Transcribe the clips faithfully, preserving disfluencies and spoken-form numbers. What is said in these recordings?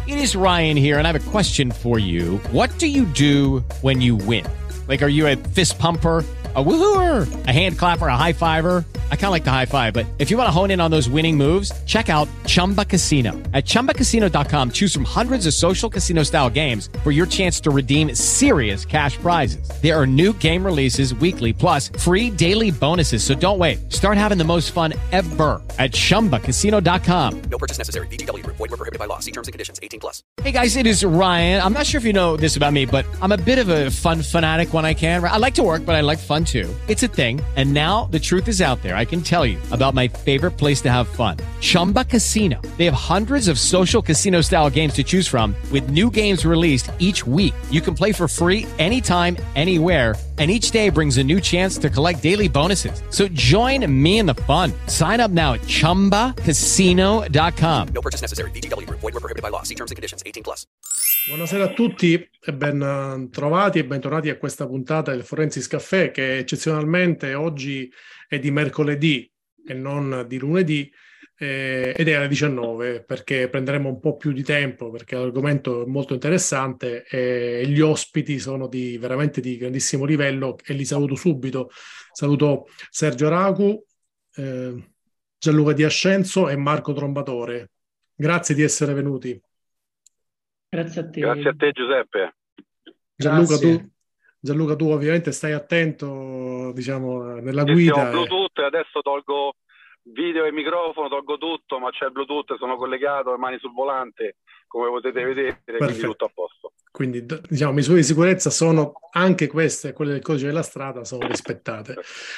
It is Ryan here, and I have a question for you. What do you do when you win? Like, are you a fist pumper, a woohooer, a hand clapper, a high fiver? I kind of like the high five, but if you want to hone in on those winning moves, check out Chumba Casino. At chumba casino dot com, choose from hundreds of social casino style games for your chance to redeem serious cash prizes. There are new game releases weekly, plus free daily bonuses. So don't wait. Start having the most fun ever at chumba casino dot com. No purchase necessary. V G W Group. Void where prohibited by law. See terms and conditions. eighteen plus. Hey guys, it is Ryan. I'm not sure if you know this about me, but I'm a bit of a fun fanatic when I can. I like to work, but I like fun too. It's a thing. And now the truth is out there. I can tell you about my favorite place to have fun. Chumba Casino. They have hundreds of social casino style games to choose from with new games released each week. You can play for free anytime, anywhere. And each day brings a new chance to collect daily bonuses. So join me in the fun. Sign up now at chumba casino dot com. No purchase necessary. V G W Group. Void where prohibited by law. See terms and conditions. eighteen plus. Buonasera a tutti e ben eh, trovati e bentornati a questa puntata del Forensics Café, che eccezionalmente oggi è di mercoledì e non di lunedì, eh, ed è alle diciannove, perché prenderemo un po' più di tempo perché l'argomento è molto interessante e gli ospiti sono di veramente di grandissimo livello e li saluto subito. Saluto Sergio Racu, eh, Gianluca Di Ascenzo e Marco Trombatore. Grazie di essere venuti. Grazie a te. Grazie a te Giuseppe. Gianluca Grazie. tu, Gianluca, tu ovviamente stai attento, diciamo, nella Sì, guida. sì, ho Bluetooth e adesso tolgo video e microfono, tolgo tutto, ma c'è il Bluetooth, sono collegato, le mani sul volante, come potete vedere, quindi Perfetto. tutto a posto. Quindi, d- diciamo, misure di sicurezza sono anche queste, quelle del codice della strada, sono rispettate.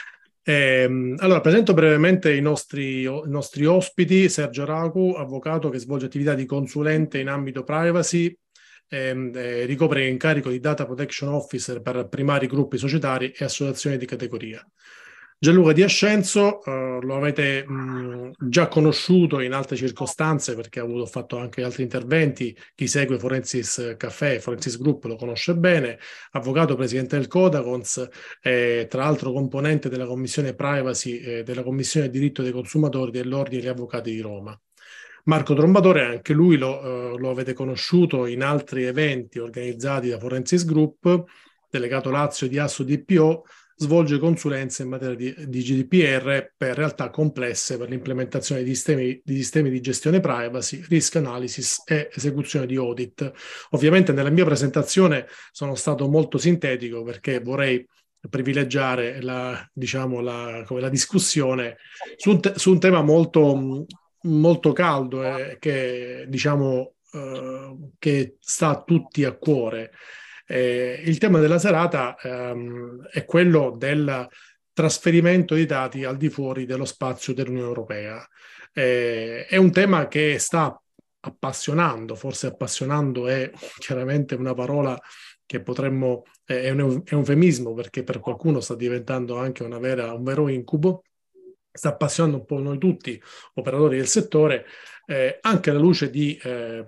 Ehm, allora, presento brevemente i nostri, o- i nostri ospiti. Sergio Racu, avvocato che svolge attività di consulente in ambito privacy, ehm, eh, ricopre incarico di Data Protection Officer per primari gruppi societari e associazioni di categoria. Gianluca Di Ascenzo, eh, lo avete mh, già conosciuto in altre circostanze perché ha avuto fatto anche altri interventi. Chi segue Forensics Café, Forensics Group lo conosce bene, avvocato, presidente del Codacons, eh, tra l'altro componente della commissione privacy e della commissione diritto dei consumatori dell'Ordine degli Avvocati di Roma. Marco Trombatore, anche lui lo, eh, lo avete conosciuto in altri eventi organizzati da Forensics Group, delegato Lazio di Asso D P O, svolge consulenze in materia di, di G D P R per realtà complesse per l'implementazione di sistemi, di sistemi di gestione privacy, risk analysis e esecuzione di audit. Ovviamente nella mia presentazione sono stato molto sintetico perché vorrei privilegiare la, diciamo, la, come la discussione su un, te- su un tema molto, molto caldo e che, diciamo, eh, che sta a tutti a cuore. Eh, il tema della serata ehm, è quello del trasferimento di dati al di fuori dello spazio dell'Unione Europea. Eh, è un tema che sta appassionando, forse appassionando è chiaramente una parola che potremmo, è un, è un eufemismo perché per qualcuno sta diventando anche una vera, un vero incubo, sta appassionando un po' noi tutti, operatori del settore, eh, anche alla luce di, eh,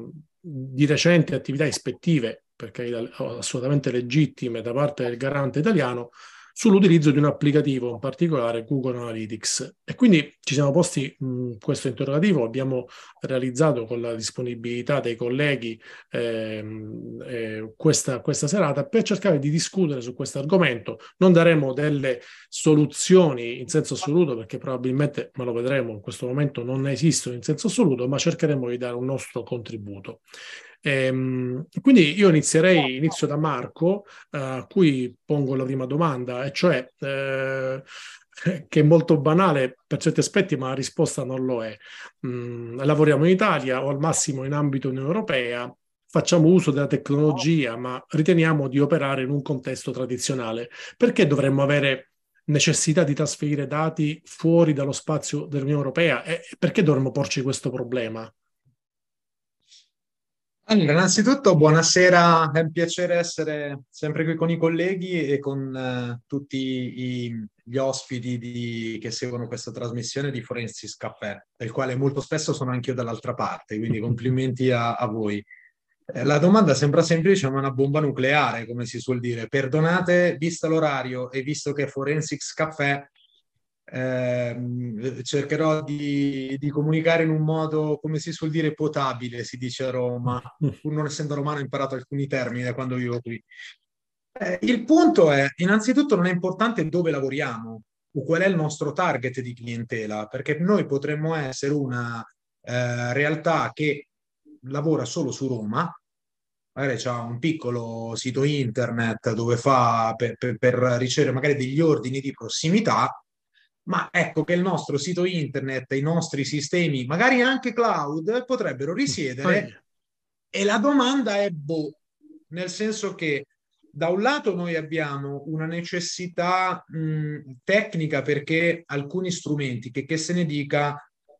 di recenti attività ispettive, perché assolutamente legittime da parte del garante italiano, sull'utilizzo di un applicativo, in particolare Google Analytics. E quindi ci siamo posti mh, questo interrogativo, abbiamo realizzato con la disponibilità dei colleghi ehm, eh, questa, questa serata per cercare di discutere su questo argomento. Non daremo delle soluzioni in senso assoluto, perché probabilmente, ma lo vedremo, in questo momento non esistono in senso assoluto, ma cercheremo di dare un nostro contributo. Ehm, quindi io inizierei, inizio da Marco, eh, a cui pongo la prima domanda, e cioè eh, che è molto banale per certi aspetti, ma la risposta non lo è. Mm, lavoriamo in Italia o al massimo in ambito Unione Europea, facciamo uso della tecnologia, ma riteniamo di operare in un contesto tradizionale. Perché dovremmo avere necessità di trasferire dati fuori dallo spazio dell'Unione Europea e perché dovremmo porci questo problema? Allora, innanzitutto buonasera, è un piacere essere sempre qui con i colleghi e con eh, tutti i- gli ospiti di- che seguono questa trasmissione di Forensics Café, del quale molto spesso sono anch'io dall'altra parte, quindi complimenti a, a voi. Eh, La domanda sembra semplice, ma è una bomba nucleare, come si suol dire. Perdonate, visto l'orario e visto che Forensics Café Eh, cercherò di, di comunicare in un modo, come si suol dire, potabile, si dice a Roma, pur non essendo romano ho imparato alcuni termini da quando vivo qui. Eh, il punto è, innanzitutto non è importante dove lavoriamo o qual è il nostro target di clientela, perché noi potremmo essere una eh, realtà che lavora solo su Roma, magari c'ha un piccolo sito internet dove fa per, per, per ricevere magari degli ordini di prossimità, ma ecco che il nostro sito internet, i nostri sistemi, magari anche cloud, potrebbero risiedere e la domanda è boh, nel senso che da un lato noi abbiamo una necessità mh, tecnica perché alcuni strumenti, che, che se ne dica,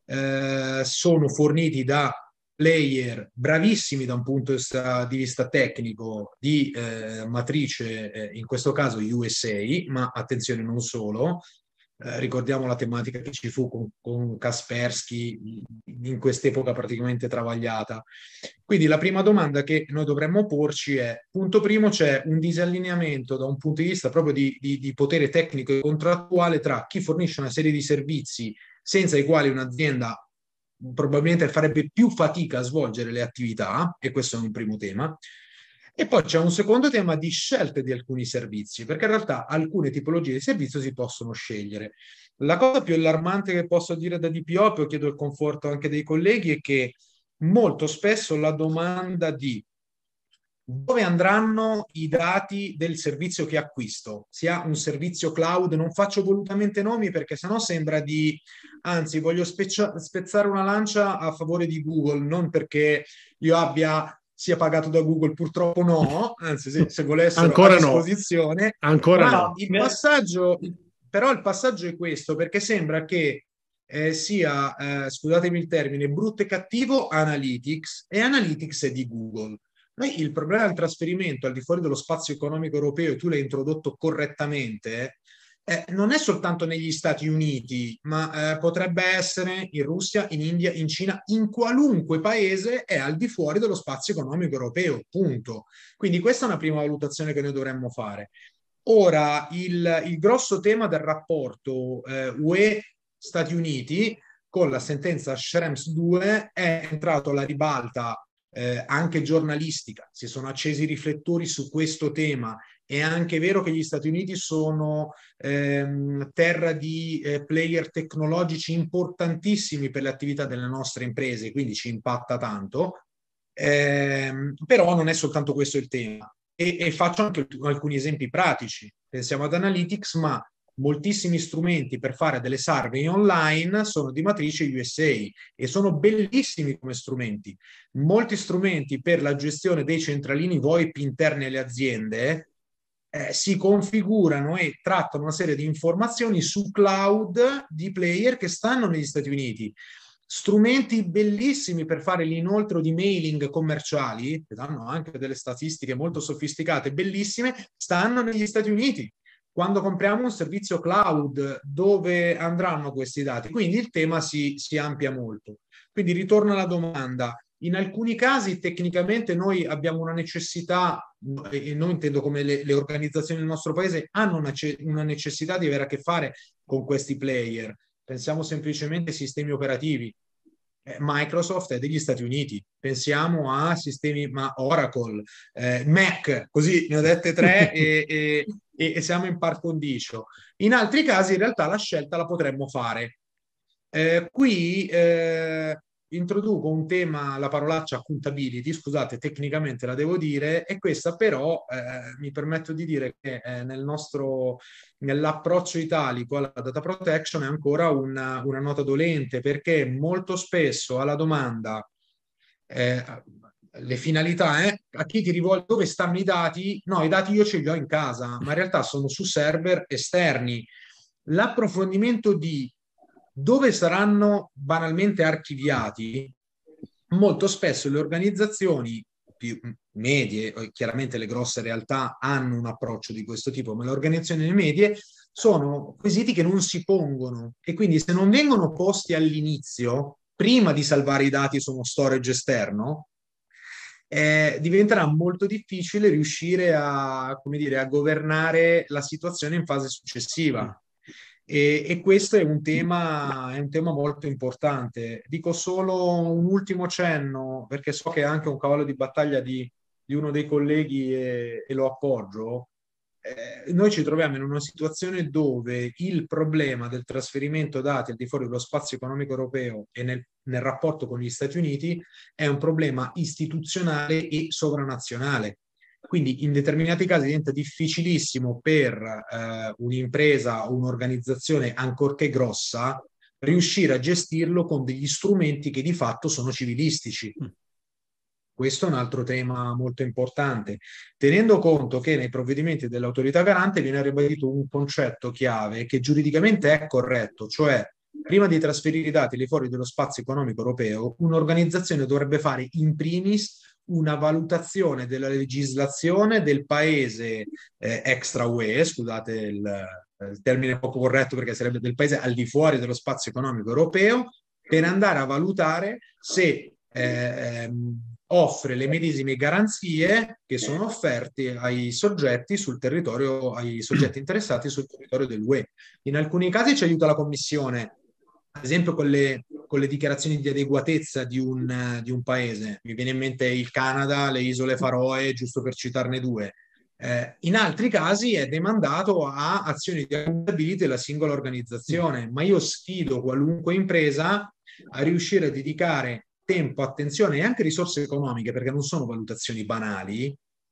eh, sono forniti da player bravissimi da un punto di vista, di vista tecnico di eh, matrice, eh, in questo caso U S A, ma attenzione non solo. Eh, ricordiamo la tematica che ci fu con, con Kaspersky in quest'epoca praticamente travagliata. Quindi la prima domanda che noi dovremmo porci è, punto primo, c'è un disallineamento da un punto di vista proprio di, di, di potere tecnico e contrattuale tra chi fornisce una serie di servizi senza i quali un'azienda probabilmente farebbe più fatica a svolgere le attività, e questo è un primo tema. E poi c'è un secondo tema di scelte di alcuni servizi, perché in realtà alcune tipologie di servizio si possono scegliere. La cosa più allarmante che posso dire da D P O, e chiedo il conforto anche dei colleghi, è che molto spesso la domanda di dove andranno i dati del servizio che acquisto, sia un servizio cloud, non faccio volutamente nomi perché sennò sembra di, anzi voglio speccia, spezzare una lancia a favore di Google, non perché io abbia sia pagato da Google, purtroppo no, anzi se, se volessero ancora a disposizione, no. Ancora ma no. il passaggio, però il passaggio è questo, perché sembra che eh, sia, eh, scusatemi il termine, brutto e cattivo Analytics, e Analytics è di Google. Noi il problema del trasferimento al di fuori dello spazio economico europeo, e tu l'hai introdotto correttamente, eh, non è soltanto negli Stati Uniti, ma eh, potrebbe essere in Russia, in India, in Cina, in qualunque paese è al di fuori dello spazio economico europeo, punto. Quindi questa è una prima valutazione che noi dovremmo fare. Ora, il, il grosso tema del rapporto eh, U E-Stati Uniti con la sentenza Schrems due è entrato alla ribalta Eh, anche giornalistica, si sono accesi i riflettori su questo tema. È anche vero che gli Stati Uniti sono ehm, terra di eh, player tecnologici importantissimi per le attività delle nostre imprese, quindi ci impatta tanto, ehm, però non è soltanto questo il tema. E, e faccio anche alcuni esempi pratici. Pensiamo ad Analytics, ma moltissimi strumenti per fare delle survey online sono di matrice U S A e sono bellissimi come strumenti. Molti strumenti per la gestione dei centralini VoIP interni alle aziende eh, si configurano e trattano una serie di informazioni su cloud di player che stanno negli Stati Uniti. Strumenti bellissimi per fare l'inoltro di mailing commerciali, che danno anche delle statistiche molto sofisticate, bellissime, stanno negli Stati Uniti. Quando compriamo un servizio cloud, dove andranno questi dati? Quindi il tema si, si amplia molto. Quindi ritorno alla domanda. In alcuni casi tecnicamente noi abbiamo una necessità, e non intendo come le, le organizzazioni del nostro paese hanno una, una necessità di avere a che fare con questi player. Pensiamo semplicemente ai sistemi operativi. Microsoft è degli Stati Uniti, pensiamo a sistemi, ma Oracle, eh, Mac, così ne ho dette tre e, e, e siamo in par condicio. In altri casi in realtà la scelta la potremmo fare. Eh, qui eh, introduco un tema, la parolaccia accountability, scusate, tecnicamente la devo dire, e questa però eh, mi permetto di dire che eh, nel nostro, nell'approccio italico alla data protection è ancora una, una nota dolente, perché molto spesso alla domanda eh, le finalità, eh, a chi ti rivolgi, dove stanno i dati? No, i dati io ce li ho in casa, ma in realtà sono su server esterni. L'approfondimento di dove saranno banalmente archiviati, molto spesso le organizzazioni più medie, chiaramente le grosse realtà hanno un approccio di questo tipo, ma le organizzazioni medie sono quesiti che non si pongono, e quindi se non vengono posti all'inizio, prima di salvare i dati su uno storage esterno, eh, diventerà molto difficile riuscire a, come dire, a governare la situazione in fase successiva. E, e questo è un tema, è un tema molto importante. Dico solo un ultimo cenno, perché so che è anche un cavallo di battaglia di, di uno dei colleghi e, e lo appoggio. Eh, noi ci troviamo in una situazione dove il problema del trasferimento dati al di fuori dello spazio economico europeo e nel, nel rapporto con gli Stati Uniti è un problema istituzionale e sovranazionale. Quindi in determinati casi diventa difficilissimo per eh, un'impresa o un'organizzazione, ancorché grossa, riuscire a gestirlo con degli strumenti che di fatto sono civilistici. Questo è un altro tema molto importante, tenendo conto che nei provvedimenti dell'autorità garante viene ribadito un concetto chiave che giuridicamente è corretto, cioè prima di trasferire i dati lì fuori dello spazio economico europeo, un'organizzazione dovrebbe fare in primis una valutazione della legislazione del paese eh, extra U E, scusate il, il termine poco corretto perché sarebbe del paese al di fuori dello spazio economico europeo, per andare a valutare se eh, offre le medesime garanzie che sono offerte ai soggetti sul territorio, ai soggetti interessati sul territorio dell'U E. In alcuni casi ci aiuta la Commissione, ad esempio con le, con le dichiarazioni di adeguatezza di un, di un paese. Mi viene in mente il Canada, le Isole Faroe, giusto per citarne due. Eh, in altri casi è demandato a azioni di accountability della singola organizzazione, ma io sfido qualunque impresa a riuscire a dedicare tempo, attenzione e anche risorse economiche, perché non sono valutazioni banali,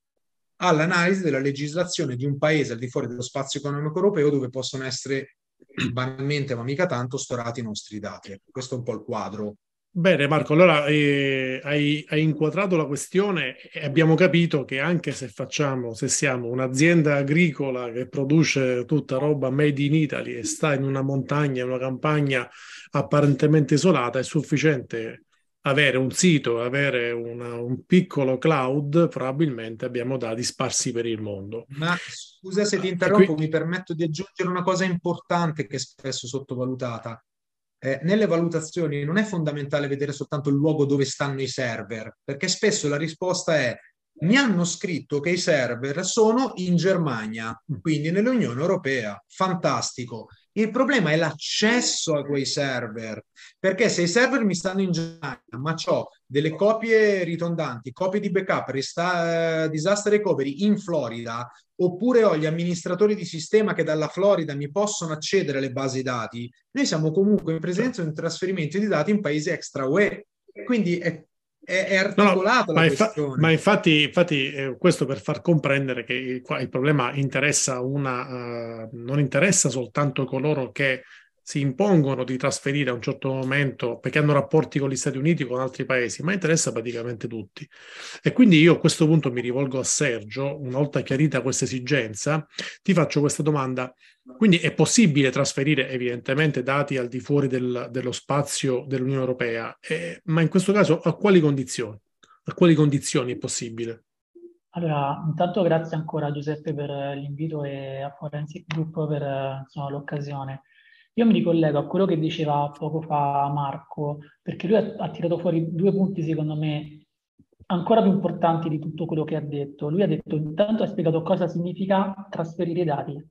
all'analisi della legislazione di un paese al di fuori dello spazio economico europeo dove possono essere banalmente, ma mica tanto, storati i nostri dati. Questo è un po' il quadro. Bene Marco, allora eh, hai, hai inquadrato la questione e abbiamo capito che anche se facciamo, se siamo un'azienda agricola che produce tutta roba made in Italy e sta in una montagna, in una campagna apparentemente isolata, è sufficiente avere un sito, avere una, un piccolo cloud, probabilmente abbiamo dati sparsi per il mondo. Ma scusa se ti interrompo, qui... mi permetto di aggiungere una cosa importante che è spesso sottovalutata. Eh, nelle valutazioni non è fondamentale vedere soltanto il luogo dove stanno i server, perché spesso la risposta è: mi hanno scritto che i server sono in Germania, quindi nell'Unione Europea. Fantastico. Il problema è l'accesso a quei server, perché se i server mi stanno in Germania, ma ho delle copie ritondanti, copie di backup, resta, uh, disaster recovery in Florida, oppure ho gli amministratori di sistema che dalla Florida mi possono accedere alle basi dati, noi siamo comunque in presenza di un trasferimento di dati in paesi extra U E. Quindi è È, è articolata no, no, la ma questione. Infa- ma infatti, infatti eh, questo per far comprendere che il, il problema interessa una, uh, non interessa soltanto coloro che si impongono di trasferire a un certo momento perché hanno rapporti con gli Stati Uniti o con altri paesi, ma interessa praticamente tutti. E quindi io a questo punto mi rivolgo a Sergio, una volta chiarita questa esigenza, ti faccio questa domanda. Quindi è possibile trasferire evidentemente dati al di fuori del, dello spazio dell'Unione Europea, eh, ma in questo caso a quali condizioni? A quali condizioni è possibile? Allora, intanto grazie ancora a Giuseppe per l'invito e a Forensic Group per insomma, l'occasione. Io mi ricollego a quello che diceva poco fa Marco, perché lui ha, ha tirato fuori due punti secondo me ancora più importanti di tutto quello che ha detto. Lui ha detto, intanto ha spiegato cosa significa trasferire i dati,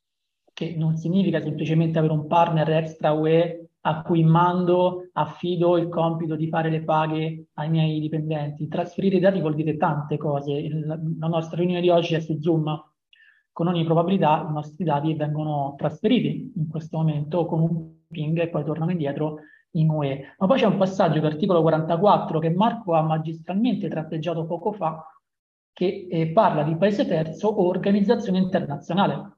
che non significa semplicemente avere un partner extra U E a cui mando, affido il compito di fare le paghe ai miei dipendenti. Trasferire i dati vuol dire tante cose. Il, la nostra riunione di oggi è su Zoom. Con ogni probabilità i nostri dati vengono trasferiti in questo momento con un ping e poi tornano indietro in U E. Ma poi c'è un passaggio che articolo quarantaquattro che Marco ha magistralmente tratteggiato poco fa, che eh, parla di paese terzo o organizzazione internazionale.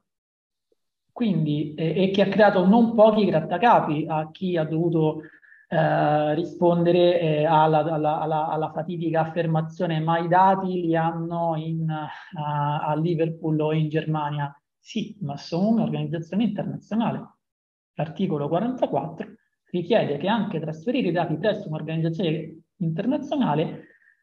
Quindi, eh, e che ha creato non pochi grattacapi a chi ha dovuto eh, rispondere eh, alla, alla, alla, alla fatidica affermazione: ma i dati li hanno in, uh, a Liverpool o in Germania. Sì, ma sono un'organizzazione internazionale. L'articolo quarantaquattro richiede che anche trasferire i dati presso un'organizzazione internazionale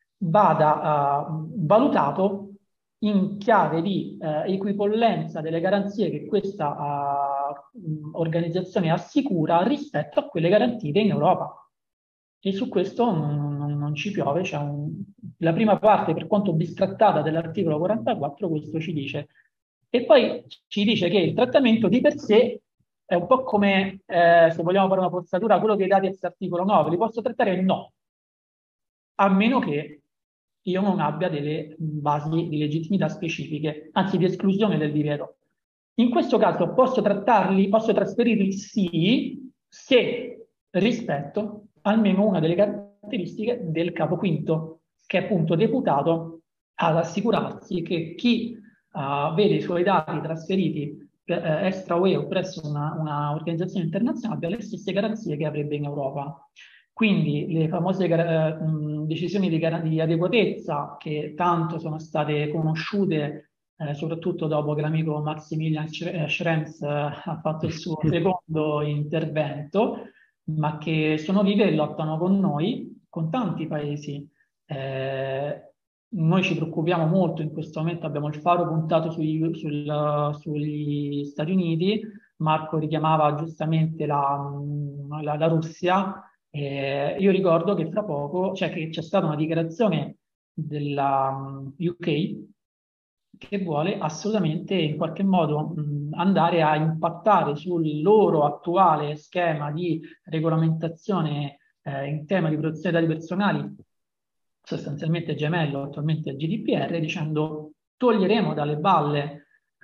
vada uh, valutato in chiave di eh, equipollenza delle garanzie che questa uh, organizzazione assicura rispetto a quelle garantite in Europa. E su questo non, non, non ci piove. C'è un, la prima parte, per quanto bistrattata, dell'articolo quarantaquattro, questo ci dice. E poi ci dice che il trattamento di per sé è un po' come, eh, se vogliamo fare una forzatura, quello che i dati ex-articolo nove, li posso trattare? No, a meno che io non abbia delle basi di legittimità specifiche, anzi di esclusione del divieto. In questo caso posso trattarli, posso trasferirli sì, se rispetto almeno una delle caratteristiche del capo quinto, che è appunto deputato ad assicurarsi che chi uh, vede i suoi dati trasferiti per, eh, extra U E o presso una, una organizzazione internazionale abbia le stesse garanzie che avrebbe in Europa. Quindi le famose eh, mh, decisioni di, di adeguatezza che tanto sono state conosciute, eh, soprattutto dopo che l'amico Maximilian Schrems eh, ha fatto il suo secondo intervento, ma che sono vive e lottano con noi, con tanti paesi. Eh, noi ci preoccupiamo molto in questo momento, abbiamo il faro puntato sui, sul, sugli Stati Uniti. Marco richiamava giustamente la, la, la Russia. Eh, io ricordo che fra poco, cioè che c'è stata una dichiarazione della U K che vuole assolutamente in qualche modo mh, andare a impattare sul loro attuale schema di regolamentazione eh, in tema di protezione dei dati personali, sostanzialmente gemello attualmente al G D P R, dicendo toglieremo dalle balle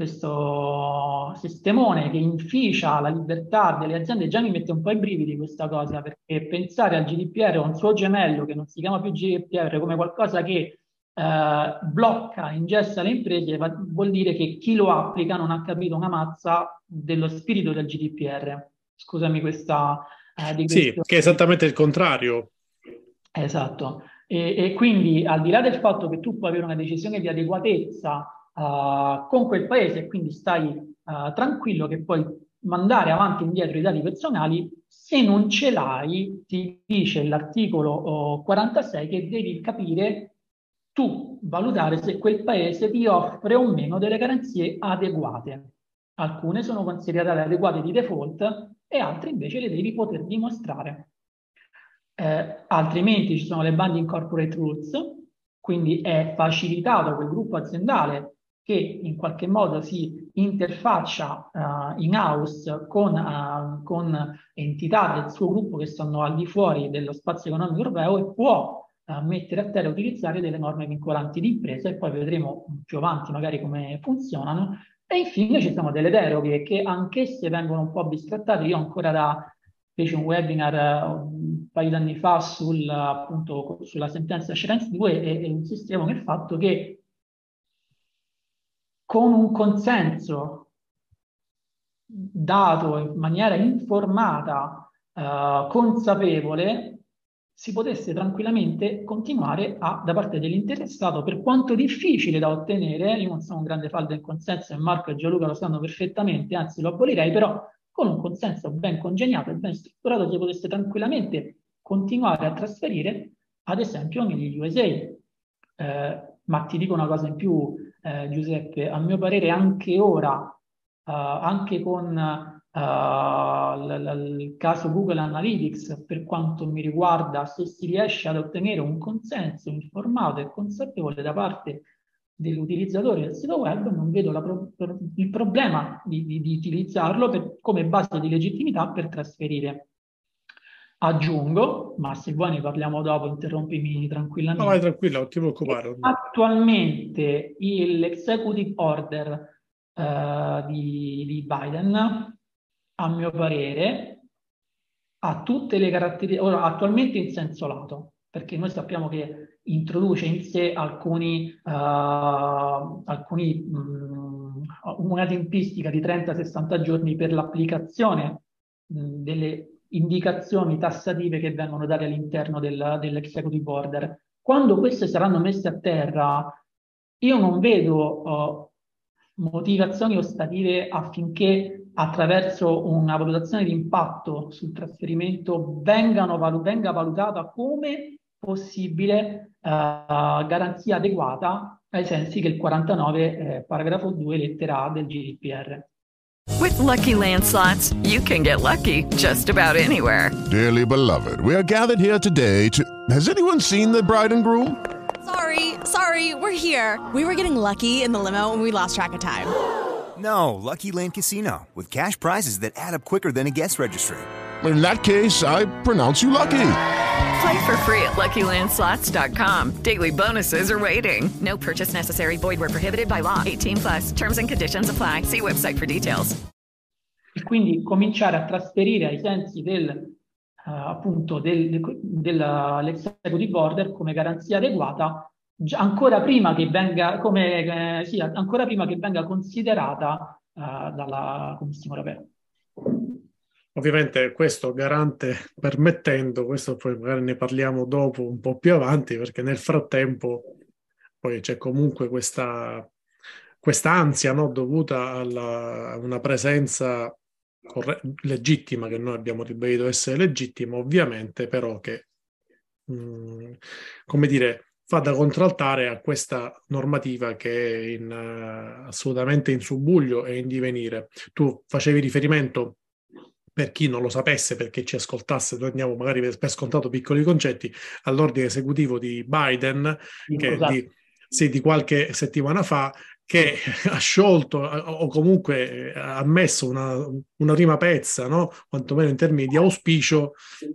questo sistemone che inficia la libertà delle aziende. Già mi mette un po' i brividi questa cosa, perché pensare al G D P R o a un suo gemello che non si chiama più G D P R come qualcosa che eh, blocca, ingessa le imprese, va, vuol dire che chi lo applica non ha capito una mazza dello spirito del G D P R. Scusami questa... Eh, di sì, questo... che è esattamente il contrario. Esatto. E, e quindi al di là del fatto che tu puoi avere una decisione di adeguatezza Uh, con quel paese, quindi stai uh, tranquillo che puoi mandare avanti e indietro i dati personali, se non ce l'hai, ti dice l'articolo oh, quarantasei che devi capire tu, valutare se quel paese ti offre o meno delle garanzie adeguate. Alcune sono considerate adeguate di default e altre invece le devi poter dimostrare. Eh, altrimenti ci sono le binding corporate rules, quindi è facilitato quel gruppo aziendale che in qualche modo si interfaccia uh, in-house con, uh, con entità del suo gruppo che stanno al di fuori dello spazio economico europeo e può uh, mettere a terra e utilizzare delle norme vincolanti di impresa, e poi vedremo più avanti magari come funzionano. E infine ci sono delle deroghe che anch'esse vengono un po' bistrattate. Io ancora da feci un webinar uh, un paio d'anni fa sul, appunto, sulla sentenza Schrems due e, e insistevo nel fatto che con un consenso dato in maniera informata, eh, consapevole, si potesse tranquillamente continuare a, da parte dell'interessato, per quanto difficile da ottenere. Io non sono un grande fan del consenso e Marco e Gianluca lo sanno perfettamente, anzi lo abolirei, però con un consenso ben congegnato e ben strutturato si potesse tranquillamente continuare a trasferire, ad esempio negli U S A. Eh, ma ti dico una cosa in più, eh, Giuseppe, a mio parere anche ora, uh, anche con uh, l- l- il caso Google Analytics, per quanto mi riguarda, se si riesce ad ottenere un consenso informato e consapevole da parte dell'utilizzatore del sito web, non vedo la pro- il problema di, di, di utilizzarlo per, come base di legittimità per trasferire. Aggiungo, ma se vuoi ne parliamo dopo, interrompimi tranquillamente. No, vai tranquilla, non ti preoccupare. Attualmente l'executive order uh, di, di Biden, a mio parere, ha tutte le caratteristiche, ora attualmente in senso lato, perché noi sappiamo che introduce in sé alcuni, uh, alcuni mh, una tempistica di trenta sessanta giorni per l'applicazione mh, delle indicazioni tassative che vengono date all'interno del, dell'executive order. Quando queste saranno messe a terra, io non vedo uh, motivazioni ostative affinché attraverso una valutazione di impatto sul trasferimento vengano valu- venga valutata come possibile uh, garanzia adeguata ai sensi che il quarantanove, eh, paragrafo due, lettera A del G D P R. With Lucky Land Slots, you can get lucky just about anywhere. Dearly beloved, we are gathered here today to... Has anyone seen the bride and groom? Sorry, sorry, we're here. We were getting lucky in the limo and we lost track of time. No, Lucky Land Casino, with cash prizes that add up quicker than a guest registry. In that case, I pronounce you lucky. Play for free at Lucky Land Slots dot com. Daily bonuses are waiting. No purchase necessary. Void where prohibited by law. eighteen plus. Terms and conditions apply. See website for details. E quindi cominciare a trasferire ai sensi del uh, appunto del, dell'executive order come garanzia adeguata ancora prima che venga come eh, sì, ancora prima che venga considerata uh, dalla Commissione europea. Ovviamente questo garante permettendo, questo poi magari ne parliamo dopo un po' più avanti, perché nel frattempo poi c'è comunque questa questa ansia, no, dovuta alla, a una presenza corre- legittima, che noi abbiamo ribadito essere legittima, ovviamente, però che mh, come dire, fa da contraltare a questa normativa che è in, uh, assolutamente in subbuglio e in divenire. Tu facevi riferimento, per chi non lo sapesse, perché ci ascoltasse, noi andiamo magari per scontato piccoli concetti, all'ordine esecutivo di Biden, che di, sì, di qualche settimana fa, che ha sciolto o comunque ha messo una, una prima pezza, no? Quantomeno in termini di auspicio,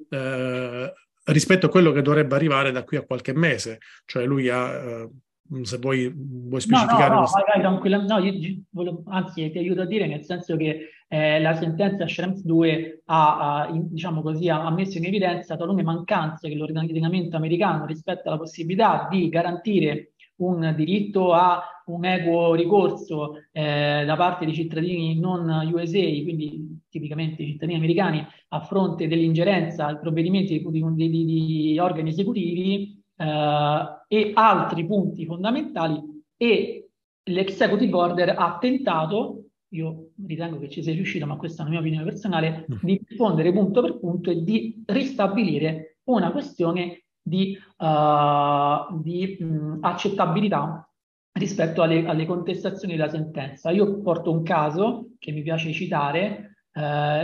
eh, rispetto a quello che dovrebbe arrivare da qui a qualche mese. Cioè lui ha, eh, se vuoi, vuoi specificare... No, no, no, questo... vai, vai, tranquilla. No, io, io volevo, anzi ti aiuto a dire, nel senso che eh, la sentenza Schrems due ha, ha in, diciamo così, ha messo in evidenza talune mancanze che l'ordinamento americano rispetto alla possibilità di garantire un diritto a un equo ricorso eh, da parte di cittadini non U S A, quindi tipicamente cittadini americani, a fronte dell'ingerenza ai provvedimenti di, di, di, di organi esecutivi eh, e altri punti fondamentali, e l'executive order ha tentato, io ritengo che ci sia riuscito, ma questa è una mia opinione personale, di rispondere punto per punto e di ristabilire una questione di, uh, di mh, accettabilità rispetto alle, alle contestazioni della sentenza. Io porto un caso che mi piace citare. Eh,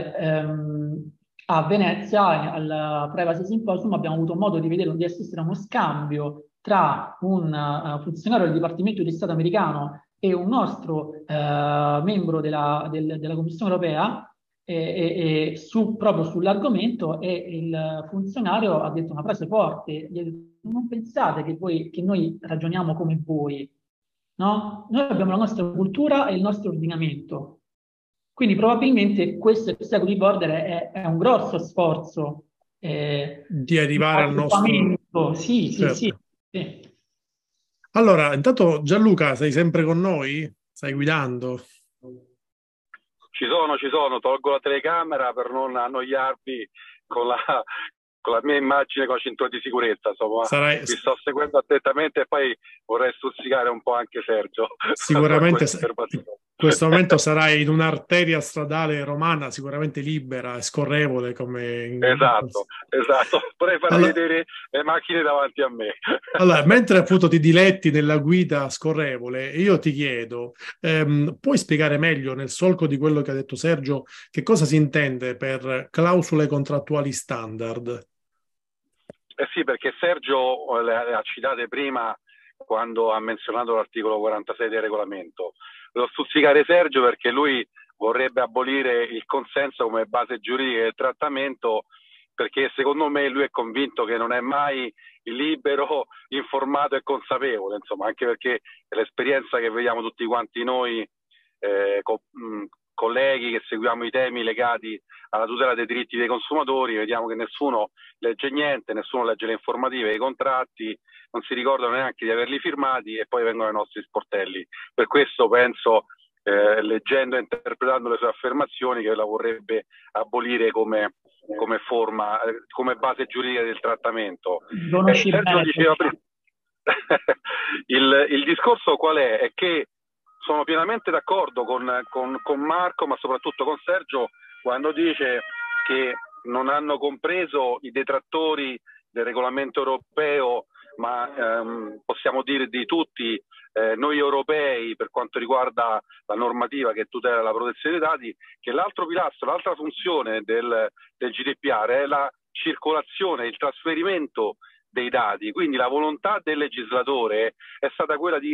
ehm, a Venezia, al Privacy Symposium, abbiamo avuto modo di vedere, di assistere a uno scambio tra un uh, funzionario del Dipartimento di Stato americano e un nostro uh, membro della, del, della Commissione europea, E, e, e su, proprio sull'argomento, e il funzionario ha detto una frase forte: non pensate che, voi, che noi ragioniamo come voi, no? Noi abbiamo la nostra cultura e il nostro ordinamento, quindi probabilmente questo executive order è, è un grosso sforzo eh, di arrivare al nostro... Sì, sì, certo. sì, sì. Allora, intanto Gianluca, sei sempre con noi? Stai guidando? Ci sono, ci sono, tolgo la telecamera per non annoiarvi con la, con la mia immagine con la cintura di sicurezza, insomma. Sarai... vi sto seguendo attentamente e poi vorrei stuzzicare un po' anche Sergio. Sicuramente in questo momento sarai in un'arteria stradale romana sicuramente libera e scorrevole come... In... Esatto, esatto, vorrei far allora... vedere le macchine davanti a me. Allora, mentre appunto ti diletti nella guida scorrevole, io ti chiedo, ehm, puoi spiegare meglio, nel solco di quello che ha detto Sergio, che cosa si intende per clausole contrattuali standard? Eh sì, perché Sergio le ha citate prima quando ha menzionato l'articolo quarantasei del regolamento. Lo stuzzicare Sergio perché lui vorrebbe abolire il consenso come base giuridica del trattamento, perché secondo me lui è convinto che non è mai libero, informato e consapevole, insomma, anche perché l'esperienza che vediamo tutti quanti noi eh, co- mh, colleghi che seguiamo i temi legati alla tutela dei diritti dei consumatori, vediamo che nessuno legge niente, nessuno legge le informative, i contratti, non si ricordano neanche di averli firmati e poi vengono ai nostri sportelli. Per questo penso, eh, leggendo e interpretando le sue affermazioni, che la vorrebbe abolire come, come forma, eh, come base giuridica del trattamento. Eh, Sergio diceva prima, il, il discorso qual è? È che sono pienamente d'accordo con, con, con Marco, ma soprattutto con Sergio, quando dice che non hanno compreso i detrattori del regolamento europeo, ma ehm, possiamo dire di tutti eh, noi europei, per quanto riguarda la normativa che tutela la protezione dei dati, che l'altro pilastro, l'altra funzione del, del G D P R è la circolazione, il trasferimento dei dati. Quindi la volontà del legislatore è stata quella di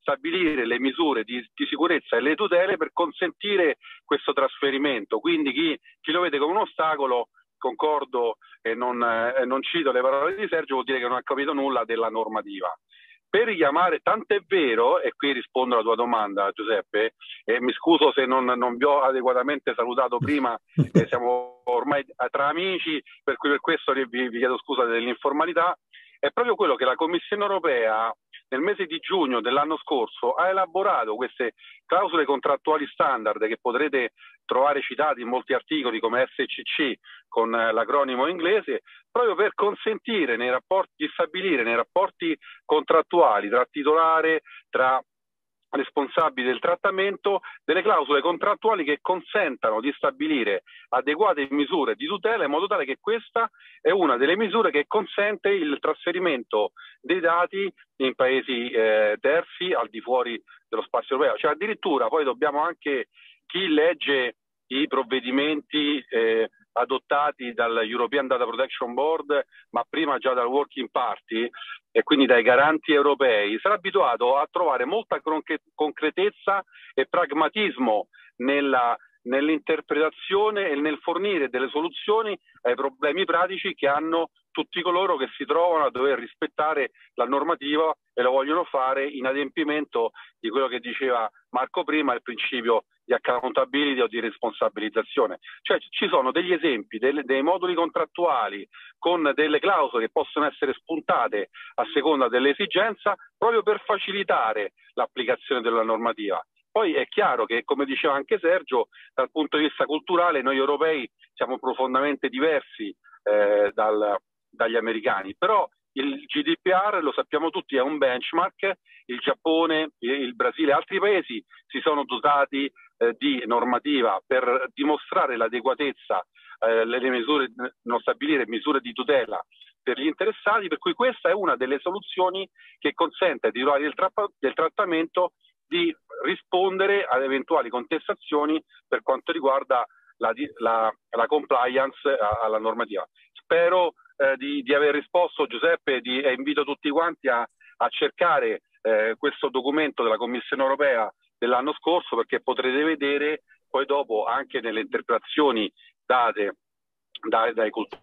stabilire le misure di, di sicurezza e le tutele per consentire questo trasferimento. Quindi chi, chi lo vede come un ostacolo, concordo e non, eh, non cito le parole di Sergio, vuol dire che non ha capito nulla della normativa. Per richiamare, tanto è vero, e qui rispondo alla tua domanda, Giuseppe, e mi scuso se non, non vi ho adeguatamente salutato prima, eh, siamo ormai tra amici, per cui per questo vi, vi chiedo scusa dell'informalità. È proprio quello che la Commissione europea nel mese di giugno dell'anno scorso ha elaborato queste clausole contrattuali standard che potrete trovare citate in molti articoli come S C C con l'acronimo inglese, proprio per consentire nei rapporti, di stabilire nei rapporti contrattuali tra titolare, tra responsabili del trattamento, delle clausole contrattuali che consentano di stabilire adeguate misure di tutela in modo tale che questa è una delle misure che consente il trasferimento dei dati in paesi eh, terzi al di fuori dello spazio europeo. Cioè addirittura poi dobbiamo anche, chi legge i provvedimenti eh, adottati dal European Data Protection Board, ma prima già dal Working Party e quindi dai garanti europei, sarà abituato a trovare molta concretezza e pragmatismo nella, nell'interpretazione e nel fornire delle soluzioni ai problemi pratici che hanno tutti coloro che si trovano a dover rispettare la normativa e lo vogliono fare in adempimento di quello che diceva Marco prima, il principio di accountability o di responsabilizzazione. Cioè ci sono degli esempi, delle, dei moduli contrattuali con delle clausole che possono essere spuntate a seconda dell'esigenza proprio per facilitare l'applicazione della normativa. Poi è chiaro che, come diceva anche Sergio, dal punto di vista culturale noi europei siamo profondamente diversi eh, dal, dagli americani, però il G D P R, lo sappiamo tutti, è un benchmark. Il Giappone, il Brasile e altri paesi si sono dotati eh, di normativa per dimostrare l'adeguatezza, eh, le, le misure, non stabilire misure di tutela per gli interessati, per cui questa è una delle soluzioni che consente ai titolari del, tra- del trattamento di rispondere ad eventuali contestazioni per quanto riguarda la, la, la compliance alla normativa. Spero eh, di, di aver risposto, Giuseppe, di, e invito tutti quanti a, a cercare eh, questo documento della Commissione europea dell'anno scorso, perché potrete vedere poi dopo anche nelle interpretazioni date dai, dai cultori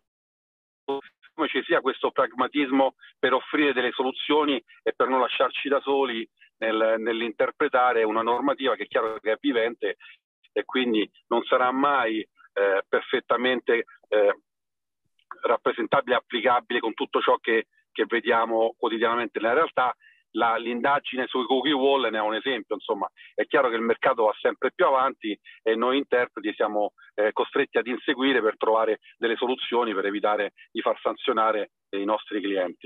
come ci sia questo pragmatismo per offrire delle soluzioni e per non lasciarci da soli nel, nell'interpretare una normativa che è chiaro che è vivente e quindi non sarà mai eh, perfettamente eh, rappresentabile e applicabile con tutto ciò che, che vediamo quotidianamente nella realtà. La, l'indagine sui cookie wall ne è un esempio. Insomma, è chiaro che il mercato va sempre più avanti e noi interpreti siamo eh, costretti ad inseguire per trovare delle soluzioni per evitare di far sanzionare i nostri clienti.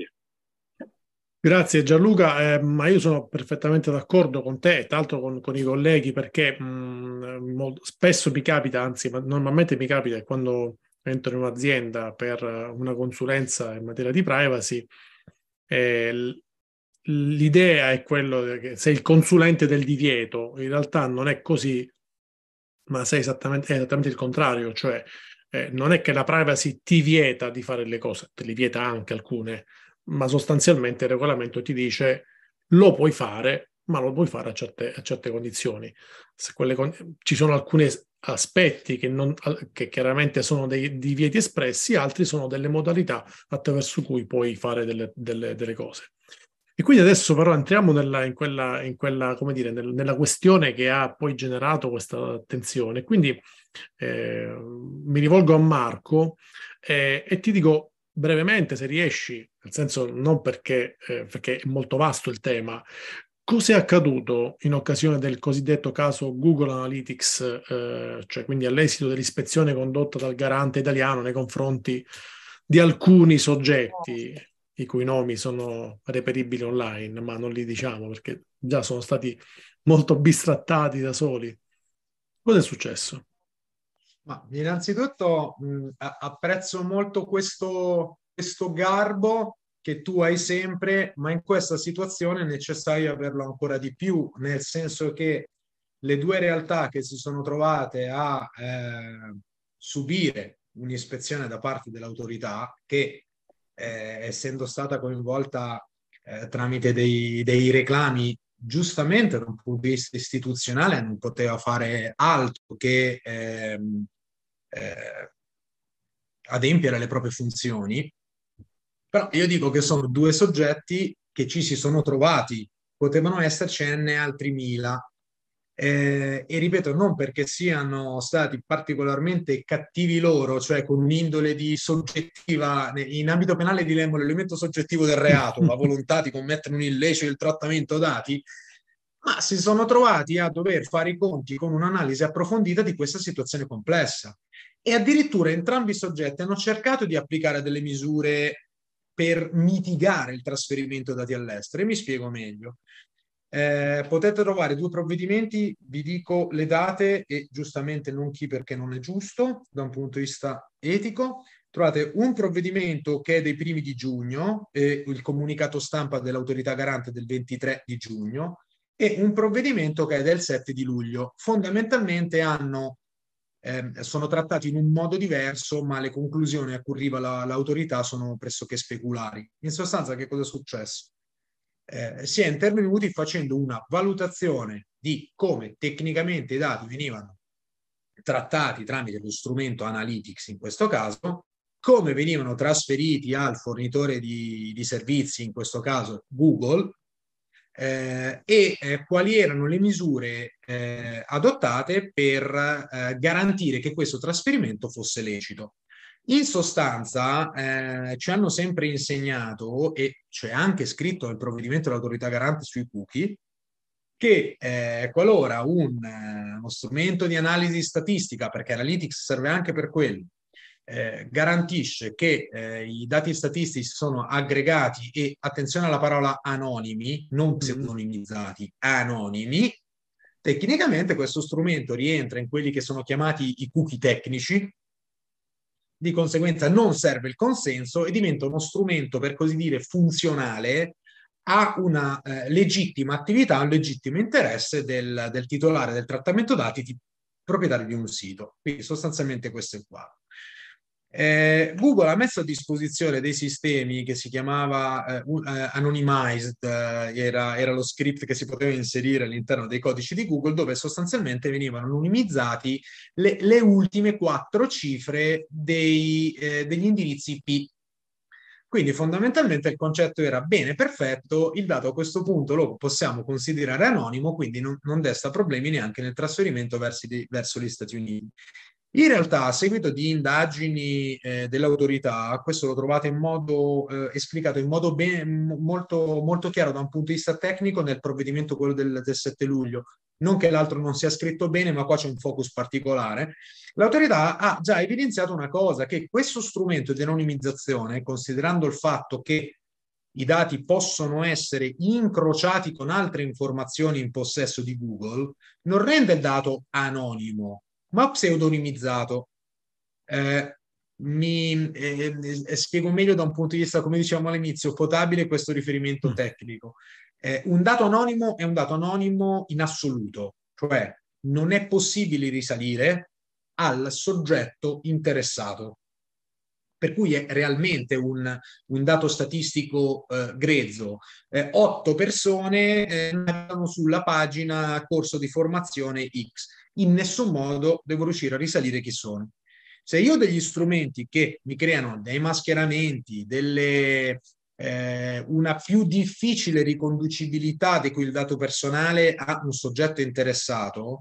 Grazie Gianluca, eh, ma io sono perfettamente d'accordo con te, tra l'altro con, con i colleghi, perché mh, molto, spesso mi capita, anzi ma normalmente mi capita che quando entro in un'azienda per una consulenza in materia di privacy, eh, l'idea è quello che sei il consulente del divieto, in realtà non è così, ma sei esattamente, è esattamente il contrario, cioè eh, non è che la privacy ti vieta di fare le cose, te li vieta anche alcune, ma sostanzialmente il regolamento ti dice lo puoi fare, ma lo puoi fare a certe, a certe condizioni. Se quelle con- ci sono alcuni aspetti che, non, che chiaramente sono dei divieti espressi, altri sono delle modalità attraverso cui puoi fare delle, delle, delle cose. E quindi adesso però entriamo nella, in quella, in quella, come dire, nel, nella questione che ha poi generato questa tensione. Quindi eh, mi rivolgo a Marco eh, e ti dico brevemente, se riesci, nel senso non perché, eh, perché è molto vasto il tema, cosa è accaduto in occasione del cosiddetto caso Google Analytics, eh, cioè quindi all'esito dell'ispezione condotta dal garante italiano nei confronti di alcuni soggetti, i cui nomi sono reperibili online, ma non li diciamo perché già sono stati molto bistrattati da soli. Cosa è successo? Ma innanzitutto mh, apprezzo molto questo, questo garbo che tu hai sempre, ma in questa situazione è necessario averlo ancora di più, nel senso che le due realtà che si sono trovate a eh, subire un'ispezione da parte dell'autorità, che eh, essendo stata coinvolta eh, tramite dei, dei reclami giustamente da un punto di vista istituzionale non poteva fare altro che ehm, eh, adempiere alle proprie funzioni, però io dico che sono due soggetti che ci si sono trovati, potevano essercene altri mila. Eh, e ripeto, non perché siano stati particolarmente cattivi loro, cioè con un'indole di soggettiva, in ambito penale diremmo l'elemento soggettivo del reato, la volontà di commettere un illecito, il trattamento dati, ma si sono trovati a dover fare i conti con un'analisi approfondita di questa situazione complessa. E addirittura entrambi i soggetti hanno cercato di applicare delle misure per mitigare il trasferimento dati all'estero. E mi spiego meglio. Eh, potete trovare due provvedimenti, vi dico le date e giustamente non chi, perché non è giusto da un punto di vista etico. Trovate un provvedimento che è dei primi di giugno, eh, il comunicato stampa dell'autorità garante del ventitré di giugno, e un provvedimento che è del sette di luglio. Fondamentalmente hanno, eh, sono trattati in un modo diverso, ma le conclusioni a cui arriva la, l'autorità sono pressoché speculari. In sostanza, che cosa è successo? Eh, si è intervenuti facendo una valutazione di come tecnicamente i dati venivano trattati tramite lo strumento Analytics in questo caso, come venivano trasferiti al fornitore di, di servizi, in questo caso Google, eh, e eh, quali erano le misure eh, adottate per eh, garantire che questo trasferimento fosse lecito. In sostanza eh, ci hanno sempre insegnato, e c'è anche scritto nel provvedimento dell'autorità garante sui cookie, che eh, qualora un, eh, uno strumento di analisi statistica, perché Analytics serve anche per quello, eh, garantisce che eh, i dati statistici sono aggregati e, attenzione alla parola anonimi, non pseudonimizzati, anonimi, tecnicamente questo strumento rientra in quelli che sono chiamati i cookie tecnici. Di conseguenza non serve il consenso e diventa uno strumento, per così dire, funzionale a una eh, legittima attività, un legittimo interesse del, del titolare del trattamento dati, di, proprietario di un sito. Quindi sostanzialmente questo è qua. Eh, Google ha messo a disposizione dei sistemi che si chiamava eh, uh, anonymized, eh, era, era lo script che si poteva inserire all'interno dei codici di Google, dove sostanzialmente venivano anonimizzati le, le ultime quattro cifre dei, eh, degli indirizzi I P. Quindi fondamentalmente il concetto era: bene, perfetto, il dato a questo punto lo possiamo considerare anonimo, quindi non, non desta problemi neanche nel trasferimento verso, di, verso gli Stati Uniti. In realtà, a seguito di indagini eh, dell'autorità, questo lo trovate in modo eh, esplicato in modo ben, molto, molto chiaro da un punto di vista tecnico nel provvedimento, quello del, del sette luglio. Non che l'altro non sia scritto bene, ma qua c'è un focus particolare. L'autorità ha già evidenziato una cosa, che questo strumento di anonimizzazione, considerando il fatto che i dati possono essere incrociati con altre informazioni in possesso di Google, non rende il dato anonimo, ma pseudonimizzato. Eh, mi eh, eh, spiego meglio da un punto di vista, come dicevamo all'inizio, potabile questo riferimento tecnico. Eh, un dato anonimo è un dato anonimo in assoluto, cioè non è possibile risalire al soggetto interessato, per cui è realmente un, un dato statistico eh, grezzo. Eh, otto persone eh, andano sulla pagina corso di formazione X. In nessun modo devo riuscire a risalire chi sono. Se io ho degli strumenti che mi creano dei mascheramenti, delle, eh, una più difficile riconducibilità di quel dato personale a un soggetto interessato,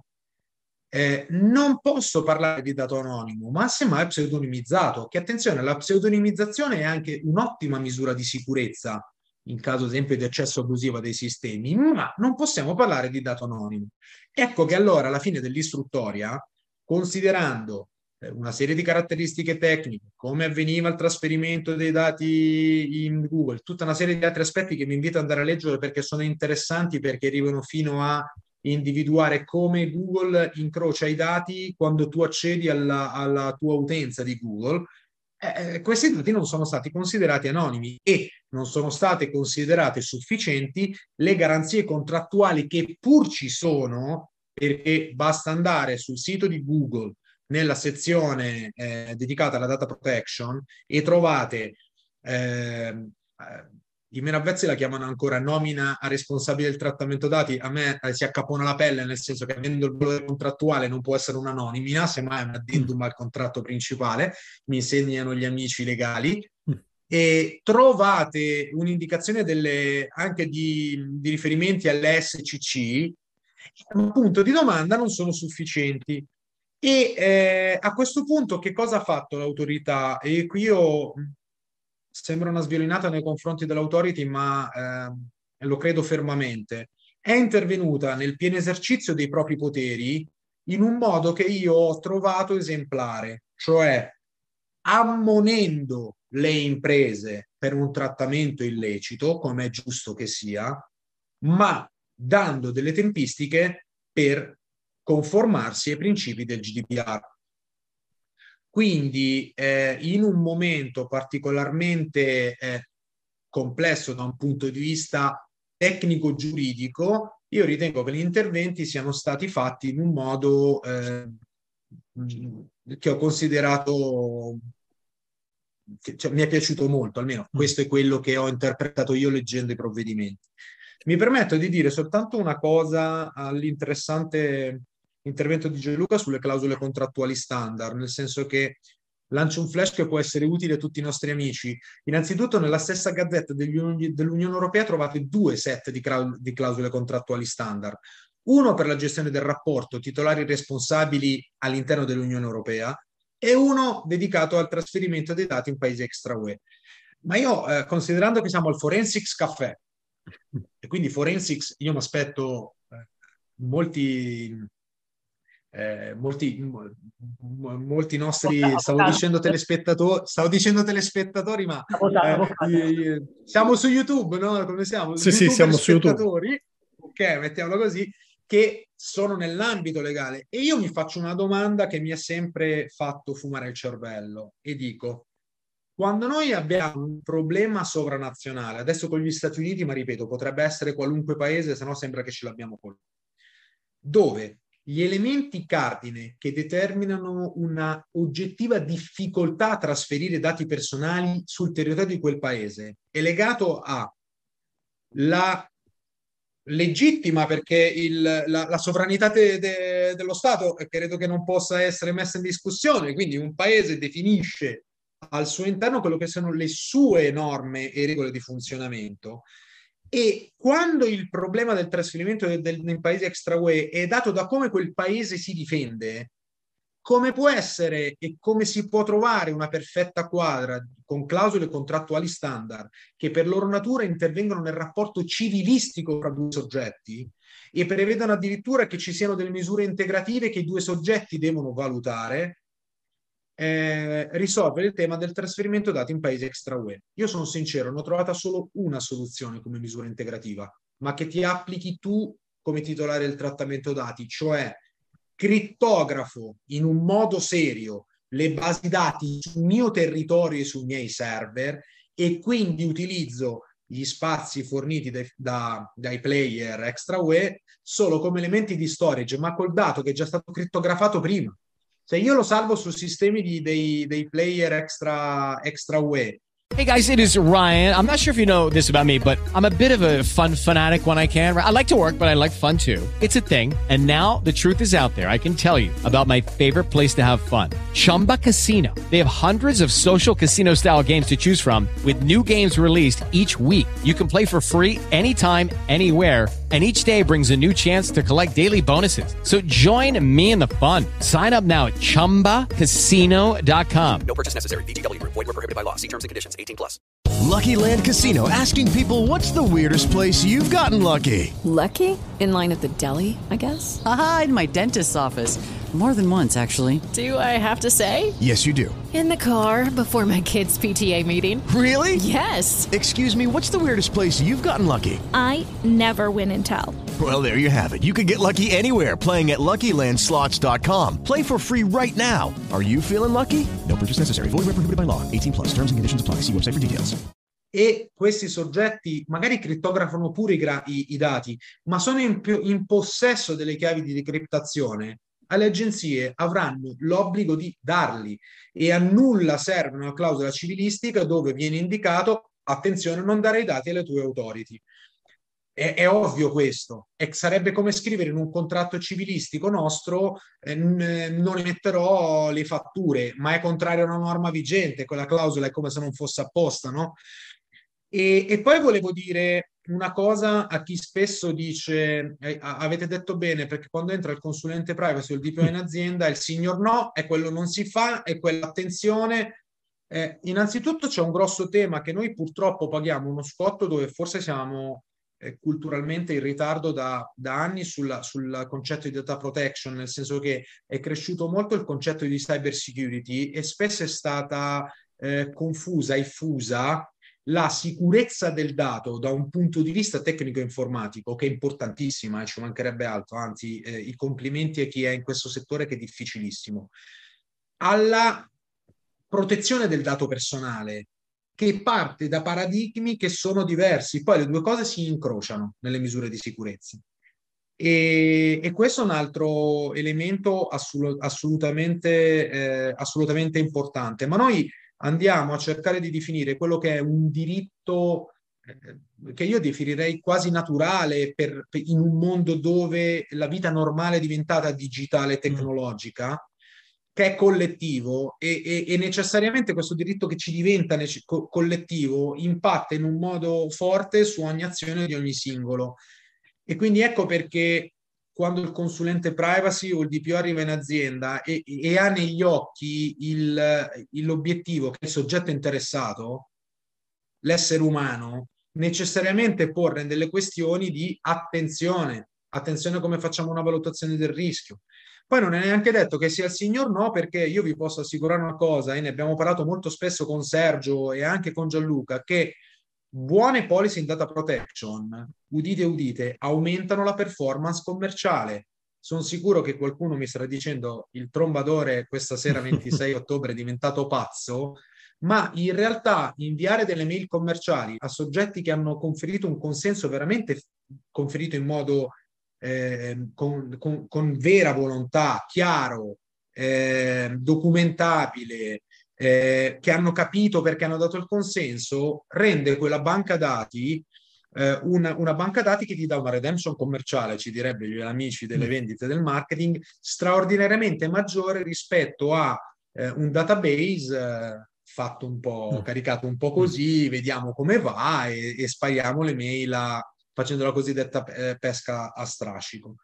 eh, non posso parlare di dato anonimo, ma semmai pseudonimizzato, che, attenzione, la pseudonimizzazione è anche un'ottima misura di sicurezza in caso, ad esempio, di accesso abusivo dei sistemi, ma non possiamo parlare di dato anonimo. Ecco che allora, alla fine dell'istruttoria, considerando eh, una serie di caratteristiche tecniche, come avveniva il trasferimento dei dati in Google, tutta una serie di altri aspetti che vi invito ad andare a leggere perché sono interessanti, perché arrivano fino a individuare come Google incrocia i dati quando tu accedi alla, alla tua utenza di Google. Eh, questi dati non sono stati considerati anonimi e non sono state considerate sufficienti le garanzie contrattuali che pur ci sono, perché basta andare sul sito di Google nella sezione eh, dedicata alla data protection e trovate eh, i meno avvezzi la chiamano ancora nomina a responsabile del trattamento dati. A me eh, si accapona la pelle, nel senso che avendo il valore contrattuale non può essere una nomina, semmai è un addendum al contratto principale, mi insegnano gli amici legali. E trovate un'indicazione delle, anche di, di riferimenti alle S C C, un punto di domanda non sono sufficienti. E eh, a questo punto che cosa ha fatto l'autorità? E qui io sembra una sviolinata nei confronti dell'autority, ma eh, lo credo fermamente. È intervenuta nel pieno esercizio dei propri poteri in un modo che io ho trovato esemplare, cioè ammonendo le imprese per un trattamento illecito, come è giusto che sia, ma dando delle tempistiche per conformarsi ai principi del G D P R. Quindi eh, in un momento particolarmente eh, complesso da un punto di vista tecnico-giuridico, io ritengo che gli interventi siano stati fatti in un modo eh, che ho considerato, che, cioè, mi è piaciuto molto, almeno questo è quello che ho interpretato io leggendo i provvedimenti. Mi permetto di dire soltanto una cosa all'interessante intervento di Gianluca sulle clausole contrattuali standard, nel senso che lancio un flash che può essere utile a tutti i nostri amici. Innanzitutto nella stessa Gazzetta dell'Unione Europea trovate due set di, di clausole contrattuali standard. Uno per la gestione del rapporto titolari responsabili all'interno dell'Unione Europea e uno dedicato al trasferimento dei dati in paesi extra U E. Ma io, eh, considerando che siamo al Forensics Café, e quindi Forensics, io mi aspetto eh, molti... Eh, molti, molti nostri, stavo dicendo telespettatori, stavo dicendo telespettatori, ma eh, siamo su YouTube, no? Come siamo? Sì, sì, siamo su YouTube. Ok, mettiamolo così, che sono nell'ambito legale. E io mi faccio una domanda che mi ha sempre fatto fumare il cervello e dico: quando noi abbiamo un problema sovranazionale, adesso con gli Stati Uniti, ma ripeto, potrebbe essere qualunque paese, se no sembra che ce l'abbiamo con dove gli elementi cardine che determinano una oggettiva difficoltà a trasferire dati personali sul territorio di quel paese è legato a la legittima, perché il, la, la sovranità de, de, dello Stato credo che non possa essere messa in discussione, quindi un paese definisce al suo interno quello che sono le sue norme e regole di funzionamento. E quando il problema del trasferimento del, del, nei paesi extra U E è dato da come quel paese si difende, come può essere e come si può trovare una perfetta quadra con clausole contrattuali standard che per loro natura intervengono nel rapporto civilistico tra due soggetti e prevedono addirittura che ci siano delle misure integrative che i due soggetti devono valutare, Eh, risolvere il tema del trasferimento dati in paesi extra U E. Io sono sincero, ne ho trovata solo una soluzione come misura integrativa, ma che ti applichi tu come titolare del trattamento dati, cioè crittografo in un modo serio le basi dati sul mio territorio e sui miei server e quindi utilizzo gli spazi forniti dai, da, dai player extra U E solo come elementi di storage, ma col dato che è già stato crittografato prima. Se io lo salvo su sistemi di, dei, dei player extra, extra U E. Hey guys, it is Ryan. I'm not sure if you know this about me, but I'm a bit of a fun fanatic when I can. I like to work, but I like fun too. It's a thing. And now the truth is out there. I can tell you about my favorite place to have fun. Chumba Casino. They have hundreds of social casino style games to choose from with new games released each week. You can play for free anytime, anywhere. And each day brings a new chance to collect daily bonuses. So join me in the fun. Sign up now at chumba casino dot com. No purchase necessary. V G W. Void where prohibited by law. See terms and conditions. eighteen plus. Lucky Land Casino, asking people, what's the weirdest place you've gotten lucky? Lucky? In line at the deli, I guess? Aha, in my dentist's office. More than once, actually. Do I have to say? Yes, you do. In the car before my kids' P T A meeting. Really? Yes. Excuse me, what's the weirdest place you've gotten lucky? I never win and tell. Well, there you have it. You can get lucky anywhere, playing at Lucky Land Slots dot com. Play for free right now. Are you feeling lucky? No purchase necessary. Void where prohibited by law. eighteen plus. Terms and conditions apply. See website for details. E questi soggetti magari crittografano pure i, i, i dati, ma sono in, in possesso delle chiavi di decriptazione. Alle agenzie avranno l'obbligo di darli e a nulla serve una clausola civilistica dove viene indicato attenzione, non dare i dati alle tue authority. È, è ovvio questo, e sarebbe come scrivere in un contratto civilistico nostro eh, n- non emetterò le fatture, ma è contrario a una norma vigente, quella clausola è come se non fosse apposta, no? E, e poi volevo dire una cosa a chi spesso dice, eh, avete detto bene, perché quando entra il consulente privacy o il D P O in azienda, il signor no, è quello non si fa, è quella attenzione. Eh, innanzitutto c'è un grosso tema che noi purtroppo paghiamo uno scotto dove forse siamo eh, culturalmente in ritardo da, da anni sulla, sul concetto di data protection, nel senso che è cresciuto molto il concetto di cyber security e spesso è stata eh, confusa e fusa la sicurezza del dato da un punto di vista tecnico-informatico, che è importantissima, eh, ci mancherebbe altro, anzi eh, i complimenti a chi è in questo settore che è difficilissimo, alla protezione del dato personale, che parte da paradigmi che sono diversi, poi le due cose si incrociano nelle misure di sicurezza. E, e questo è un altro elemento assolut- assolutamente, eh, assolutamente importante, ma noi andiamo a cercare di definire quello che è un diritto eh, che io definirei quasi naturale per, per, in un mondo dove la vita normale è diventata digitale e tecnologica, mm. che è collettivo e, e, e necessariamente questo diritto che ci diventa nece- co- collettivo impatta in un modo forte su ogni azione di ogni singolo. E quindi ecco perché quando il consulente privacy o il D P O arriva in azienda e, e ha negli occhi il, l'obiettivo che è il soggetto interessato, l'essere umano, necessariamente porre delle questioni di attenzione, attenzione a come facciamo una valutazione del rischio. Poi non è neanche detto che sia il signor no, perché io vi posso assicurare una cosa, e ne abbiamo parlato molto spesso con Sergio e anche con Gianluca, che buone policy in data protection, udite udite, aumentano la performance commerciale. Sono sicuro che qualcuno mi starà dicendo il trombadore questa sera ventisei ottobre è diventato pazzo, ma in realtà inviare delle mail commerciali a soggetti che hanno conferito un consenso veramente conferito in modo eh, con, con, con vera volontà, chiaro, eh, documentabile, Eh, che hanno capito perché hanno dato il consenso, rende quella banca dati eh, una, una banca dati che ti dà una redemption commerciale, ci direbbero gli amici delle vendite del marketing, straordinariamente maggiore rispetto a eh, un database eh, fatto un po', caricato un po' così, vediamo come va e, e spariamo le mail a, facendo la cosiddetta eh, pesca a strascico.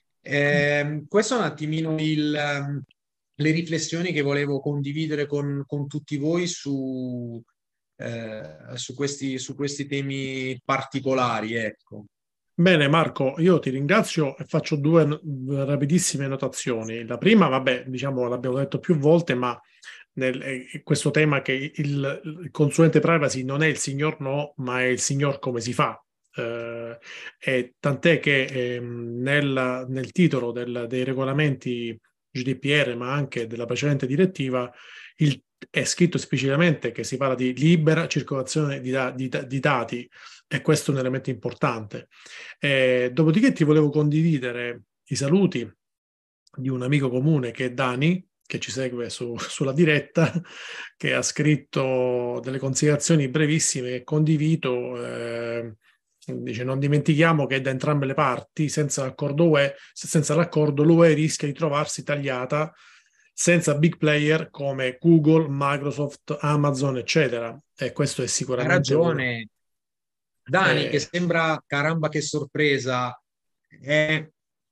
Eh, questo è un attimino il... Um, le riflessioni che volevo condividere con, con tutti voi su, eh, su, questi, su questi temi particolari, ecco. Bene Marco, io ti ringrazio e faccio due rapidissime notazioni. La prima, vabbè, diciamo l'abbiamo detto più volte, ma nel, è questo tema che il, il consulente privacy non è il signor no, ma è il signor come si fa. Eh, e tant'è che eh, nel, nel titolo del, dei regolamenti G D P R, ma anche della precedente direttiva, il, è scritto esplicitamente che si parla di libera circolazione di, da, di, di dati, e questo è un elemento importante. Eh, dopodiché ti volevo condividere i saluti di un amico comune che è Dani, che ci segue su, sulla diretta, che ha scritto delle considerazioni brevissime che condivido. Eh, Dice: non dimentichiamo che da entrambe le parti, senza l'accordo U E, senza l'accordo l'U E rischia di trovarsi tagliata senza big player come Google, Microsoft, Amazon, eccetera. E questo è sicuramente... Hai ragione. Dani, eh... che sembra, caramba che sorpresa, è,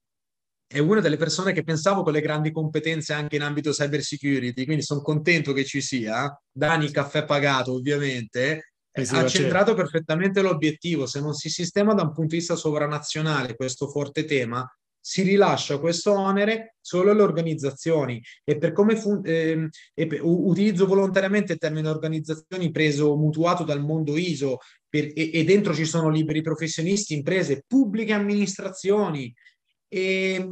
è una delle persone che pensavo con le grandi competenze anche in ambito cyber security, quindi sono contento che ci sia. Dani, caffè pagato ovviamente. Ha centrato perfettamente l'obiettivo. Se non si sistema da un punto di vista sovranazionale questo forte tema, si rilascia questo onere solo alle organizzazioni. E per come fu, eh, e per, utilizzo volontariamente il termine organizzazioni preso mutuato dal mondo I S O, per, e, e dentro ci sono liberi professionisti, imprese, pubbliche amministrazioni. E,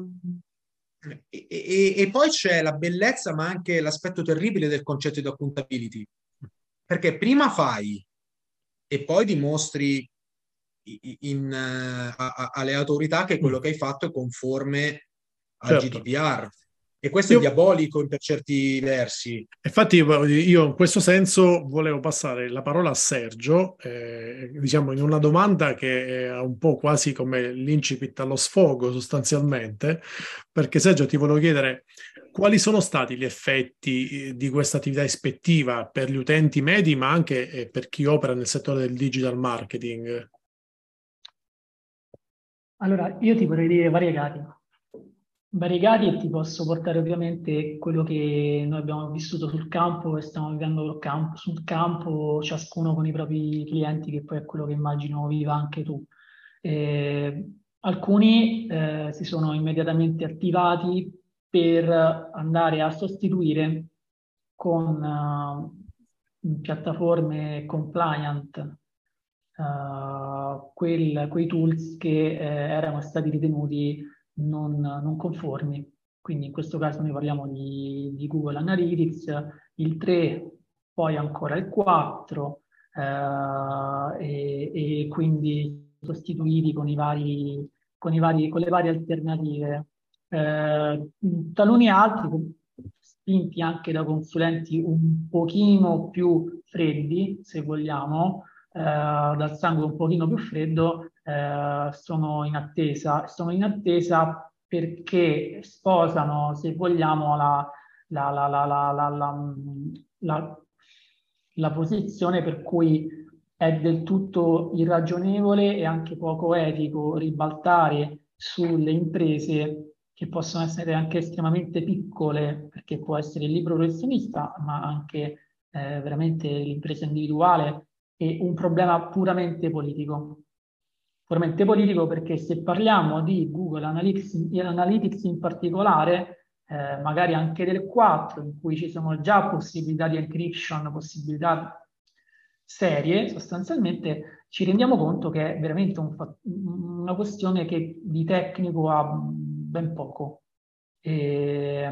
e, e, e poi c'è la bellezza, ma anche l'aspetto terribile del concetto di accountability. Perché prima fai e poi dimostri in, uh, a, a, alle autorità che quello che hai fatto è conforme al certo. G D P R. E questo io, è diabolico per certi versi. Infatti io in questo senso volevo passare la parola a Sergio, eh, diciamo in una domanda che è un po' quasi come l'incipit allo sfogo sostanzialmente, perché Sergio ti volevo chiedere quali sono stati gli effetti di questa attività ispettiva per gli utenti medi, ma anche per chi opera nel settore del digital marketing? Allora, io ti vorrei dire variegati. Variegati e ti posso portare ovviamente quello che noi abbiamo vissuto sul campo e stiamo vivendo sul campo, ciascuno con i propri clienti, che poi è quello che immagino viva anche tu. Eh, alcuni eh, si sono immediatamente attivati per andare a sostituire con uh, piattaforme compliant uh, quel, quei tools che eh, erano stati ritenuti Non, non conformi. Quindi in questo caso noi parliamo di, di Google Analytics, il tre, poi ancora il quattro, eh, e, e quindi sostituiti con, i vari, con, i vari, con le varie alternative. Eh, taluni altri, spinti anche da consulenti un pochino più freddi, se vogliamo, eh, dal sangue un pochino più freddo, Eh, sono in attesa, sono in attesa perché sposano, se vogliamo, la, la, la, la, la, la, la, la, la posizione per cui è del tutto irragionevole e anche poco etico ribaltare sulle imprese che possono essere anche estremamente piccole, perché può essere il libero professionista, ma anche eh, veramente l'impresa individuale, e un problema puramente politico. Puramente politico perché se parliamo di Google Analytics, Analytics in particolare, eh, magari anche del quattro, in cui ci sono già possibilità di encryption, possibilità serie, sostanzialmente ci rendiamo conto che è veramente un, una questione che di tecnico ha ben poco. E,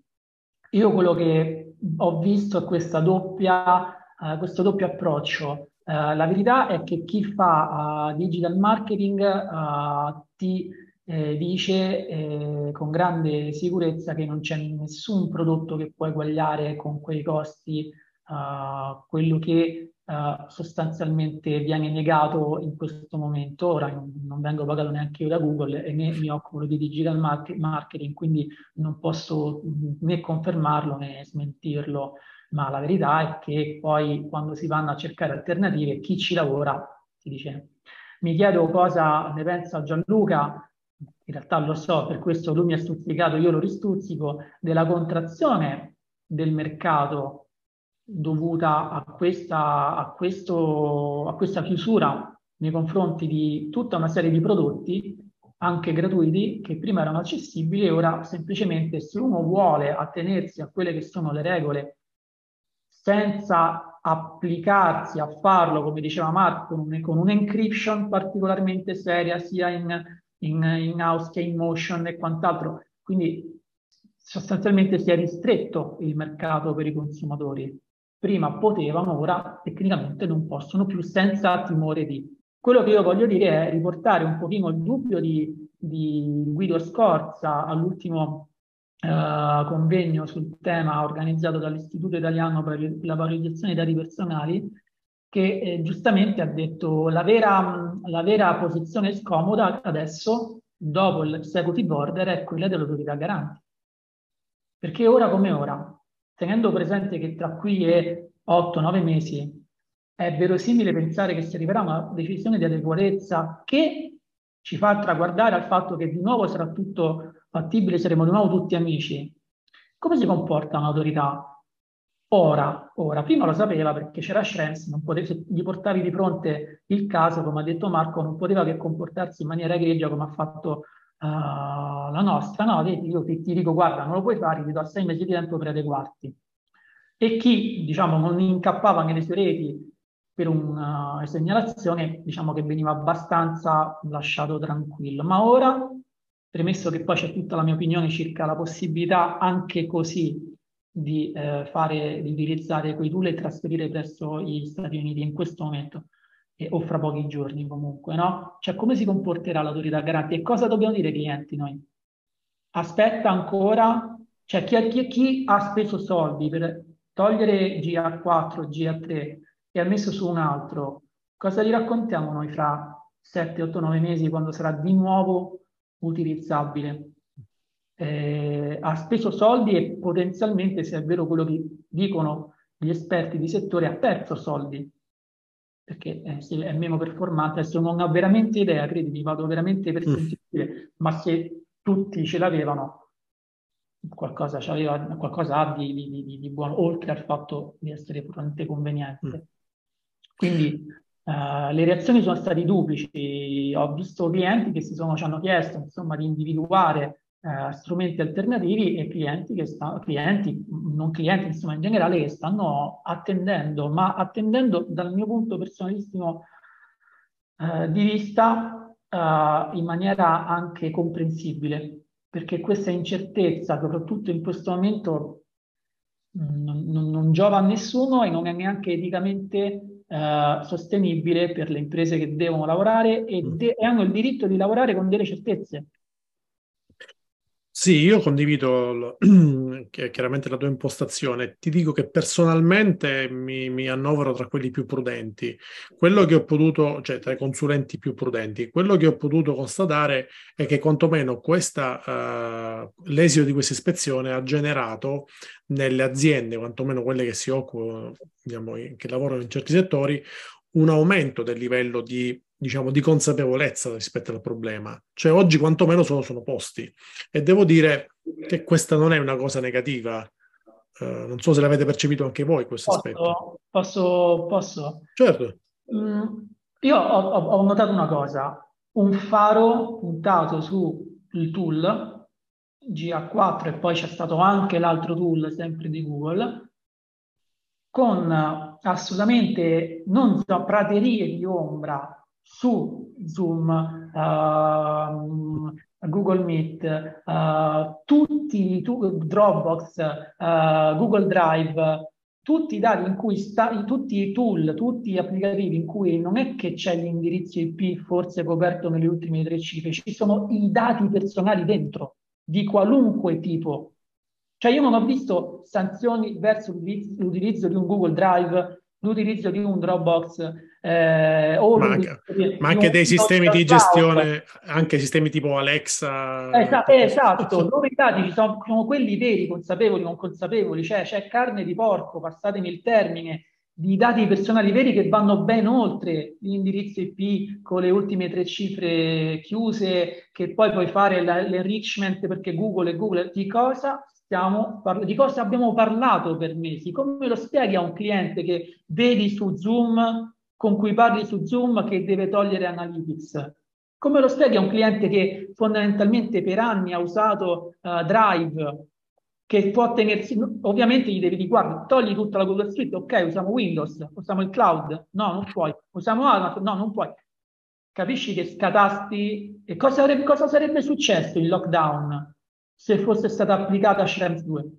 io quello che ho visto è questa doppia, uh, questo doppio approccio. Uh, la verità è che chi fa uh, digital marketing uh, ti eh, dice eh, con grande sicurezza che non c'è nessun prodotto che può eguagliare con quei costi uh, quello che uh, sostanzialmente viene negato in questo momento. Ora non, non vengo pagato neanche io da Google e né mi occupo di digital marketing, quindi non posso né confermarlo né smentirlo. Ma la verità è che poi quando si vanno a cercare alternative, chi ci lavora si dice. Mi chiedo cosa ne pensa Gianluca, in realtà lo so, per questo lui mi ha stuzzicato, io lo ristuzzico, della contrazione del mercato dovuta a questa, a questo, a questa chiusura nei confronti di tutta una serie di prodotti, anche gratuiti, che prima erano accessibili e ora semplicemente, se uno vuole attenersi a quelle che sono le regole senza applicarsi a farlo, come diceva Marco, con un'encryption particolarmente seria sia in, in, in house che in motion e quant'altro. Quindi sostanzialmente si è ristretto il mercato per i consumatori. Prima potevano, ora tecnicamente non possono più, senza timore di. Quello che io voglio dire è riportare un pochino il dubbio di, di Guido Scorza all'ultimo Uh, convegno sul tema organizzato dall'Istituto Italiano per la valorizzazione dei dati personali, che eh, giustamente ha detto la vera, la vera posizione scomoda adesso, dopo l'executive order, è quella dell'autorità garante. Perché ora come ora, tenendo presente che tra qui e otto nove mesi è verosimile pensare che si arriverà a una decisione di adeguatezza che ci fa traguardare al fatto che di nuovo sarà tutto fattibile, saremo di nuovo tutti amici. Come si comporta un'autorità? Ora, ora, prima lo sapeva perché c'era Schrems, non poteva, se gli portavi di fronte il caso, come ha detto Marco, non poteva che comportarsi in maniera egregia come ha fatto uh, la nostra. No, io ti, ti dico, guarda, non lo puoi fare, ti do sei mesi di tempo per adeguarti. E chi, diciamo, non incappava nelle sue reti per una segnalazione, diciamo che veniva abbastanza lasciato tranquillo. Ma ora, premesso che poi c'è tutta la mia opinione circa la possibilità anche così di eh, fare, di utilizzare quei tool e trasferire presso gli Stati Uniti in questo momento, eh, o fra pochi giorni comunque, no? Cioè come si comporterà l'autorità garante e cosa dobbiamo dire ai clienti noi? Aspetta ancora Cioè chi, ha- chi- chi ha speso soldi per togliere G A quattro, G A tre e ha messo su un altro, cosa gli raccontiamo noi fra sette, otto, nove mesi quando sarà di nuovo utilizzabile? Eh, ha speso soldi e potenzialmente, se è vero quello che dicono gli esperti di settore, ha perso soldi perché è, sì, è meno performante. Adesso non ho veramente idea, credimi, vado veramente per sentire, ma se tutti ce l'avevano, qualcosa, c'aveva, qualcosa ha di, di, di, di buono, oltre al fatto di essere puramente conveniente. Quindi uh, le reazioni sono state duplici. Ho visto clienti che si sono, ci hanno chiesto insomma, di individuare uh, strumenti alternativi e clienti, che sta, clienti, non clienti, insomma in generale, che stanno attendendo, ma attendendo dal mio punto personalissimo uh, di vista uh, in maniera anche comprensibile, perché questa incertezza, soprattutto in questo momento, non, non, non giova a nessuno e non è neanche eticamente eh, sostenibile per le imprese che devono lavorare e, de- e hanno il diritto di lavorare con delle certezze. Sì, io condivido lo- chiaramente la tua impostazione. Ti dico che personalmente mi, mi annovero tra quelli più prudenti. Quello che ho potuto, cioè tra i consulenti più prudenti, quello che ho potuto constatare è che quantomeno questa, uh, l'esito di questa ispezione ha generato nelle aziende, quantomeno quelle che si occupano, diciamo, che lavorano in certi settori, un aumento del livello di, diciamo, di consapevolezza rispetto al problema. Cioè oggi quantomeno sono, sono posti. E devo dire che questa non è una cosa negativa. Uh, non so se l'avete percepito anche voi questo Posso, aspetto. Posso? Posso? Certo. Mm, io ho, ho- ho notato una cosa, un faro puntato sul tool G A quattro e poi c'è stato anche l'altro tool sempre di Google, con assolutamente non so, praterie di ombra su Zoom, uh, Google Meet, uh, tutti, tu, Dropbox, uh, Google Drive, tutti i dati in cui sta, tutti i tool, tutti gli applicativi in cui non è che c'è l'indirizzo I P forse coperto nelle ultime tre cifre, ci sono i dati personali dentro, di qualunque tipo. Cioè io non ho visto sanzioni verso l'utilizzo di un Google Drive, l'utilizzo di un Dropbox, eh, o Ma anche, di, ma di anche un dei sistemi di cloud. gestione, anche sistemi tipo Alexa. Esatto, esatto, dove i dati ci sono, sono quelli veri, consapevoli, non consapevoli, cioè c'è carne di porco, passatemi il termine, di dati personali veri che vanno ben oltre l'indirizzo I P con le ultime tre cifre chiuse, che poi puoi fare la, l'enrichment perché Google e Google, di cosa stiamo parlando, di cosa abbiamo parlato per mesi? Come lo spieghi a un cliente che vedi su Zoom, con cui parli su Zoom, che deve togliere Analytics? Come lo spieghi a un cliente che fondamentalmente per anni ha usato uh, Drive, che può tenersi, ovviamente gli devi dire, guarda, togli tutta la Google Suite, ok, usiamo Windows, usiamo il cloud, no, non puoi, usiamo Amazon, no, non puoi. Capisci che scatasti? E cosa sarebbe, cosa sarebbe successo in lockdown se fosse stata applicata Schrems due?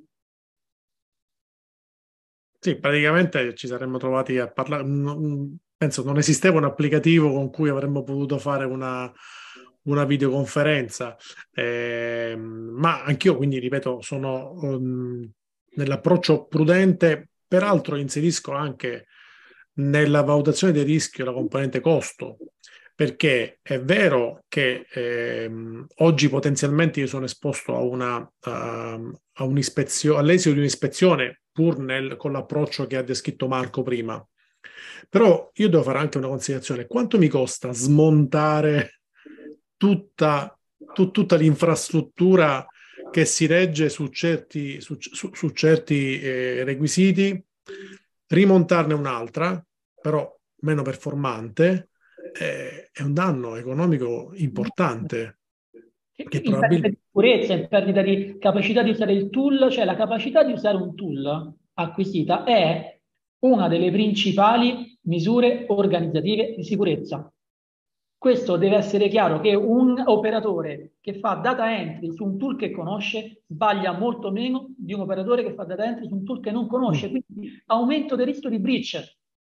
Sì, praticamente ci saremmo trovati a parlare. Penso non esisteva un applicativo con cui avremmo potuto fare una, una videoconferenza, eh, ma anch'io, quindi ripeto, sono um, nell'approccio prudente. Peraltro inserisco anche nella valutazione del rischio la componente costo, perché è vero che ehm, oggi potenzialmente io sono esposto a una, uh, a un'ispezione, all'esito di un'ispezione, pur nel, con l'approccio che ha descritto Marco prima. Però io devo fare anche una considerazione: quanto mi costa smontare tutta, tu, tutta l'infrastruttura che si regge su certi, su, su, su certi eh, requisiti, rimontarne un'altra, però meno performante, eh, è un danno economico importante. Che In perdita di sicurezza, in perdita di capacità di usare il tool, cioè la capacità di usare un tool acquisita è una delle principali misure organizzative di sicurezza. Questo deve essere chiaro, che un operatore che fa data entry su un tool che conosce sbaglia molto meno di un operatore che fa data entry su un tool che non conosce, quindi aumento del rischio di breach.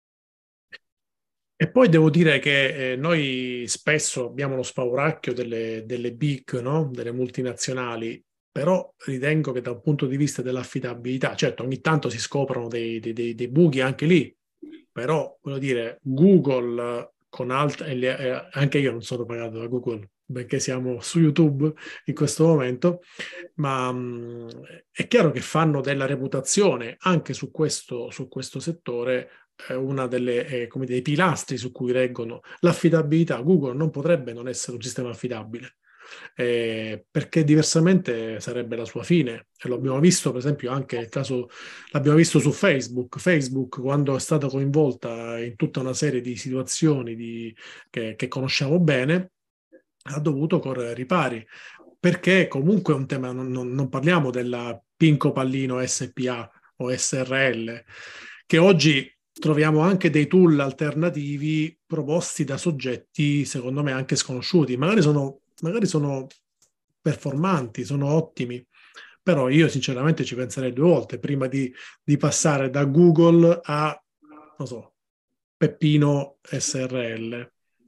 E poi devo dire che eh, noi spesso abbiamo lo spauracchio delle, delle big, no? Delle multinazionali. però ritengo che da un punto di vista dell'affidabilità, certo ogni tanto si scoprono dei, dei, dei, dei buchi anche lì, però voglio dire, Google con altre, eh, anche io non sono pagato da Google, benché siamo su YouTube in questo momento, ma mh, è chiaro che fanno della reputazione anche su questo, su questo settore eh, una delle, eh, come dei pilastri su cui reggono l'affidabilità. Google non potrebbe non essere un sistema affidabile. Eh, perché diversamente sarebbe la sua fine, e lo abbiamo visto per esempio anche nel caso, l'abbiamo visto su Facebook. Facebook, quando è stata coinvolta in tutta una serie di situazioni di, che, che conosciamo bene, ha dovuto correre ai ripari, perché comunque è un tema, non, non, non parliamo della Pinco Pallino S P A o S R L, che oggi troviamo anche dei tool alternativi proposti da soggetti secondo me anche sconosciuti, magari sono magari sono performanti, sono ottimi, però io sinceramente ci penserei due volte prima di, di passare da Google a, non so, Peppino S R L.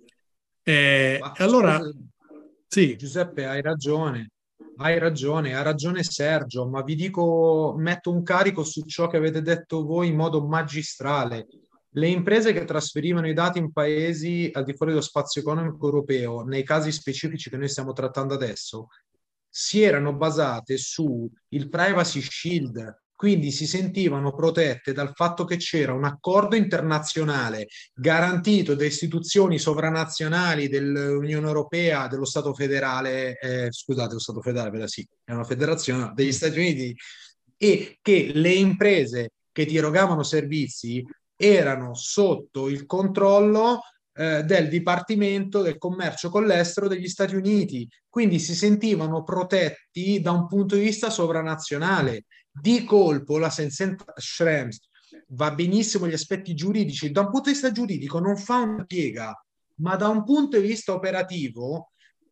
E, Ma, e allora, scusa, sì. Giuseppe, hai ragione, hai ragione, ha ragione Sergio, ma vi dico, metto un carico su ciò che avete detto voi in modo magistrale. Le imprese che trasferivano i dati in paesi al di fuori dello spazio economico europeo, nei casi specifici che noi stiamo trattando adesso, si erano basate su il Privacy Shield, quindi si sentivano protette dal fatto che c'era un accordo internazionale garantito da istituzioni sovranazionali dell'Unione Europea, dello Stato federale, eh, scusate, lo Stato federale, sì, è una federazione degli Stati Uniti, e che le imprese che ti erogavano servizi erano sotto il controllo eh, del Dipartimento del Commercio con l'Estero degli Stati Uniti, quindi si sentivano protetti da un punto di vista sovranazionale. Di colpo la sentenza Schrems va benissimo gli aspetti giuridici, da un punto di vista giuridico non fa una piega, ma da un punto di vista operativo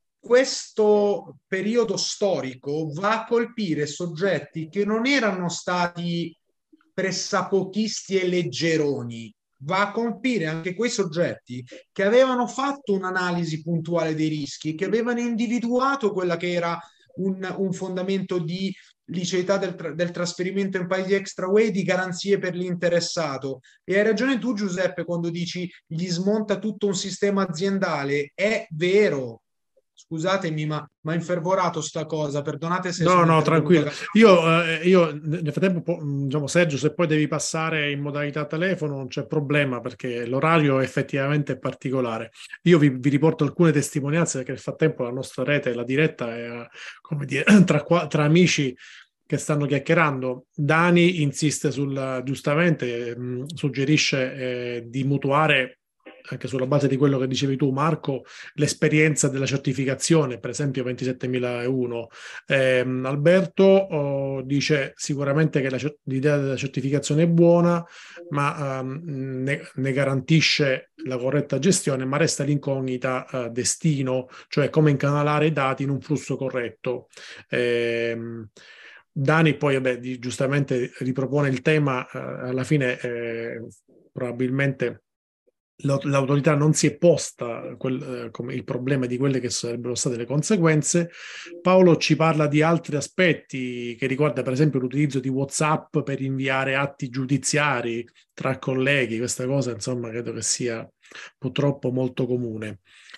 questo periodo storico va a colpire soggetti che non erano stati pressapochisti e leggeroni, va a colpire anche quei soggetti che avevano fatto un'analisi puntuale dei rischi, che avevano individuato quella che era un, un fondamento di liceità del, tra- del trasferimento in paesi extraway, di garanzie per l'interessato. E hai ragione tu, Giuseppe, quando dici gli smonta tutto un sistema aziendale. È vero. Scusatemi, ma mi ha infervorato sta cosa, perdonate se No, sono no, intervenuto. tranquillo. Io, eh, io nel frattempo, po- diciamo, Sergio, se poi devi passare in modalità telefono non c'è problema perché l'orario effettivamente è particolare. Io vi, vi riporto alcune testimonianze perché nel frattempo la nostra rete, la diretta, è, come dire, tra, qua- tra amici che stanno chiacchierando. Dani insiste sul, giustamente, mh, suggerisce eh, di mutuare anche sulla base di quello che dicevi tu, Marco, l'esperienza della certificazione, per esempio ventisettemilaeuno. Eh, Alberto oh, dice sicuramente che la, l'idea della certificazione è buona, ma um, ne, ne garantisce la corretta gestione, ma resta l'incognita uh, destino, cioè come incanalare i dati in un flusso corretto. Eh, Dani poi vabbè, di, giustamente ripropone il tema, uh, alla fine eh, probabilmente l'autorità non si è posta quel, eh, come il problema di quelle che sarebbero state le conseguenze. Paolo ci parla di altri aspetti che riguarda per esempio l'utilizzo di WhatsApp per inviare atti giudiziari tra colleghi. Questa cosa insomma credo che sia purtroppo molto comune.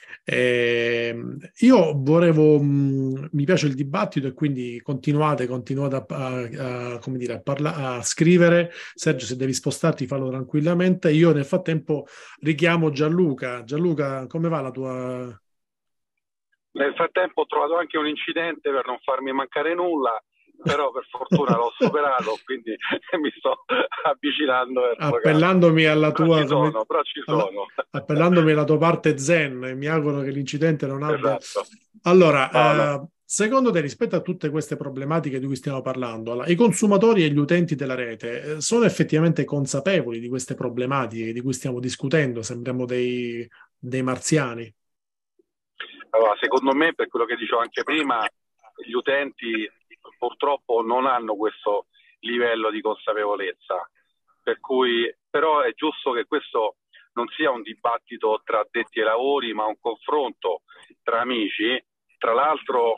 Eh, io volevo, mh, mi piace il dibattito e quindi continuate, continuate a, a, a, come dire, a, parla, a scrivere. Sergio, se devi spostarti, fallo tranquillamente. Io nel frattempo richiamo Gianluca. Gianluca, come va la tua... Nel frattempo ho trovato anche un incidente per non farmi mancare nulla, però per fortuna l'ho superato, quindi mi sto avvicinando verso appellandomi casa. alla però tua ci sono, come, però ci alla, sono. appellandomi alla tua parte zen, e mi auguro che l'incidente non abbia Esatto. allora no, eh, no. Secondo te, rispetto a tutte queste problematiche di cui stiamo parlando, allora, i consumatori e gli utenti della rete eh, sono effettivamente consapevoli di queste problematiche di cui stiamo discutendo? Sembriamo dei, dei marziani. Allora, secondo me, per quello che dicevo anche prima, gli utenti purtroppo non hanno questo livello di consapevolezza, per cui però è giusto che questo non sia un dibattito tra addetti ai lavori, ma un confronto tra amici. Tra l'altro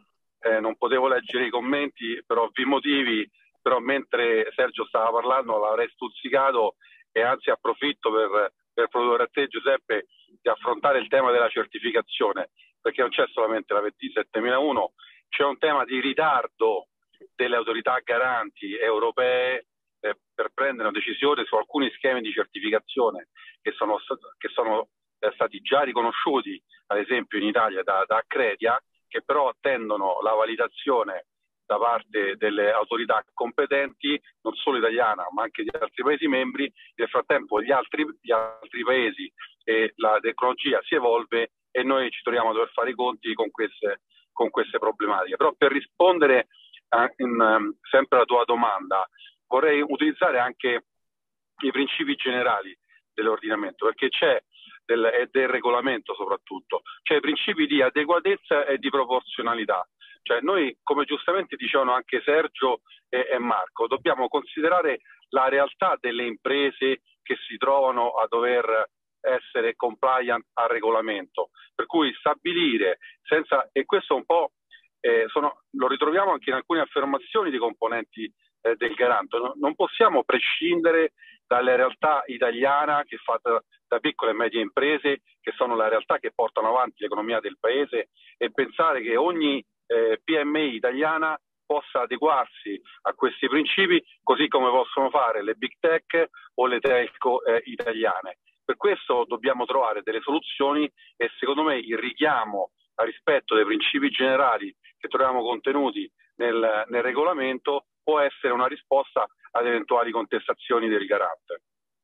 eh, non potevo leggere i commenti per ovvi motivi, però mentre Sergio stava parlando l'avrei stuzzicato, e anzi approfitto per, per proporre a te, Giuseppe, di affrontare il tema della certificazione, perché non c'è solamente la V T settemilauno, c'è un tema di ritardo delle autorità garanti europee eh, per prendere una decisione su alcuni schemi di certificazione che sono, che sono eh, stati già riconosciuti, ad esempio in Italia da, da Accredia, che però attendono la validazione da parte delle autorità competenti, non solo italiana ma anche di altri Paesi membri. Nel frattempo gli altri, gli altri Paesi e la tecnologia si evolve e noi ci troviamo a dover fare i conti con queste, con queste problematiche. Però per rispondere a, in, um, sempre alla tua domanda, vorrei utilizzare anche i principi generali dell'ordinamento, perché c'è del, e del regolamento soprattutto, c'è i principi di adeguatezza e di proporzionalità. Cioè noi, come giustamente dicevano anche Sergio e, e Marco, dobbiamo considerare la realtà delle imprese che si trovano a dover essere compliant al regolamento, per cui stabilire senza, e questo un po' eh, sono, lo ritroviamo anche in alcune affermazioni dei componenti eh, del Garante, no? Non possiamo prescindere dalle realtà italiana che è fatta da piccole e medie imprese, che sono la realtà che portano avanti l'economia del paese, e pensare che ogni eh, P M I italiana possa adeguarsi a questi principi, così come possono fare le big tech o le telco eh, italiane. Per questo dobbiamo trovare delle soluzioni, e secondo me il richiamo al rispetto dei principi generali che troviamo contenuti nel, nel regolamento può essere una risposta ad eventuali contestazioni del Garante.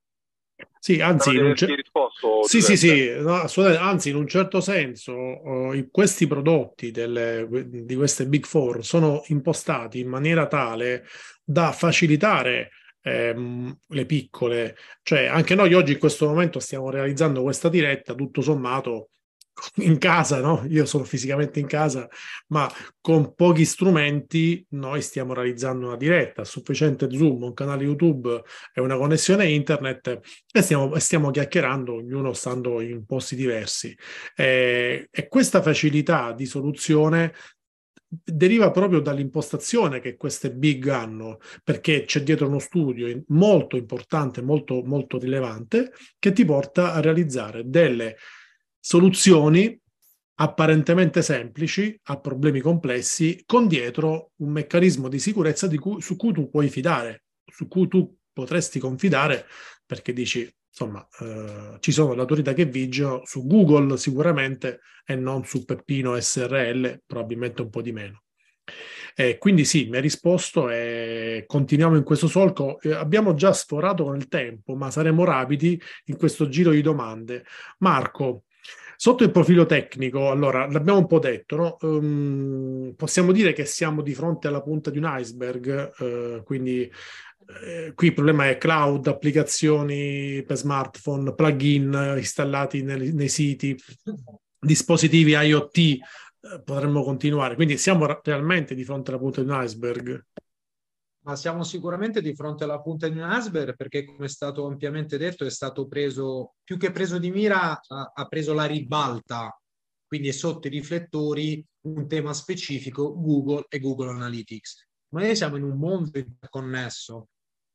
Sì, anzi, in un cer- risposto, sì, sì, sì, no, assolutamente. Anzi, in un certo senso, uh, questi prodotti delle, di queste Big Four sono impostati in maniera tale da facilitare ehm, le piccole. Cioè, anche noi oggi in questo momento stiamo realizzando questa diretta, tutto sommato, in casa, no? Io sono fisicamente in casa, ma con pochi strumenti noi stiamo realizzando una diretta, sufficiente Zoom, un canale YouTube e una connessione internet, e stiamo, stiamo chiacchierando, ognuno stando in posti diversi. E, e questa facilità di soluzione deriva proprio dall'impostazione che queste big hanno, perché c'è dietro uno studio molto importante, molto, molto rilevante, che ti porta a realizzare delle soluzioni apparentemente semplici a problemi complessi, con dietro un meccanismo di sicurezza di cui, su cui tu puoi fidare, su cui tu potresti confidare, perché dici, insomma, eh, ci sono le autorità che vigiano su Google sicuramente e non su Peppino S R L, probabilmente un po' di meno. Eh, quindi sì, mi hai risposto e continuiamo in questo solco. Eh, abbiamo già sforato con il tempo, ma saremo rapidi in questo giro di domande. Marco, sotto il profilo tecnico, allora, l'abbiamo un po' detto, no? Um, possiamo dire che siamo di fronte alla punta di un iceberg, uh, quindi eh, qui il problema è cloud, applicazioni per smartphone, plugin installati nel, nei siti, dispositivi IoT, eh, potremmo continuare. Quindi siamo realmente di fronte alla punta di un iceberg. Ma siamo sicuramente di fronte alla punta di un iceberg, perché, come è stato ampiamente detto, è stato preso, più che preso di mira, ha, ha preso la ribalta, quindi è sotto i riflettori un tema specifico, Google e Google Analytics. Ma noi siamo in un mondo interconnesso.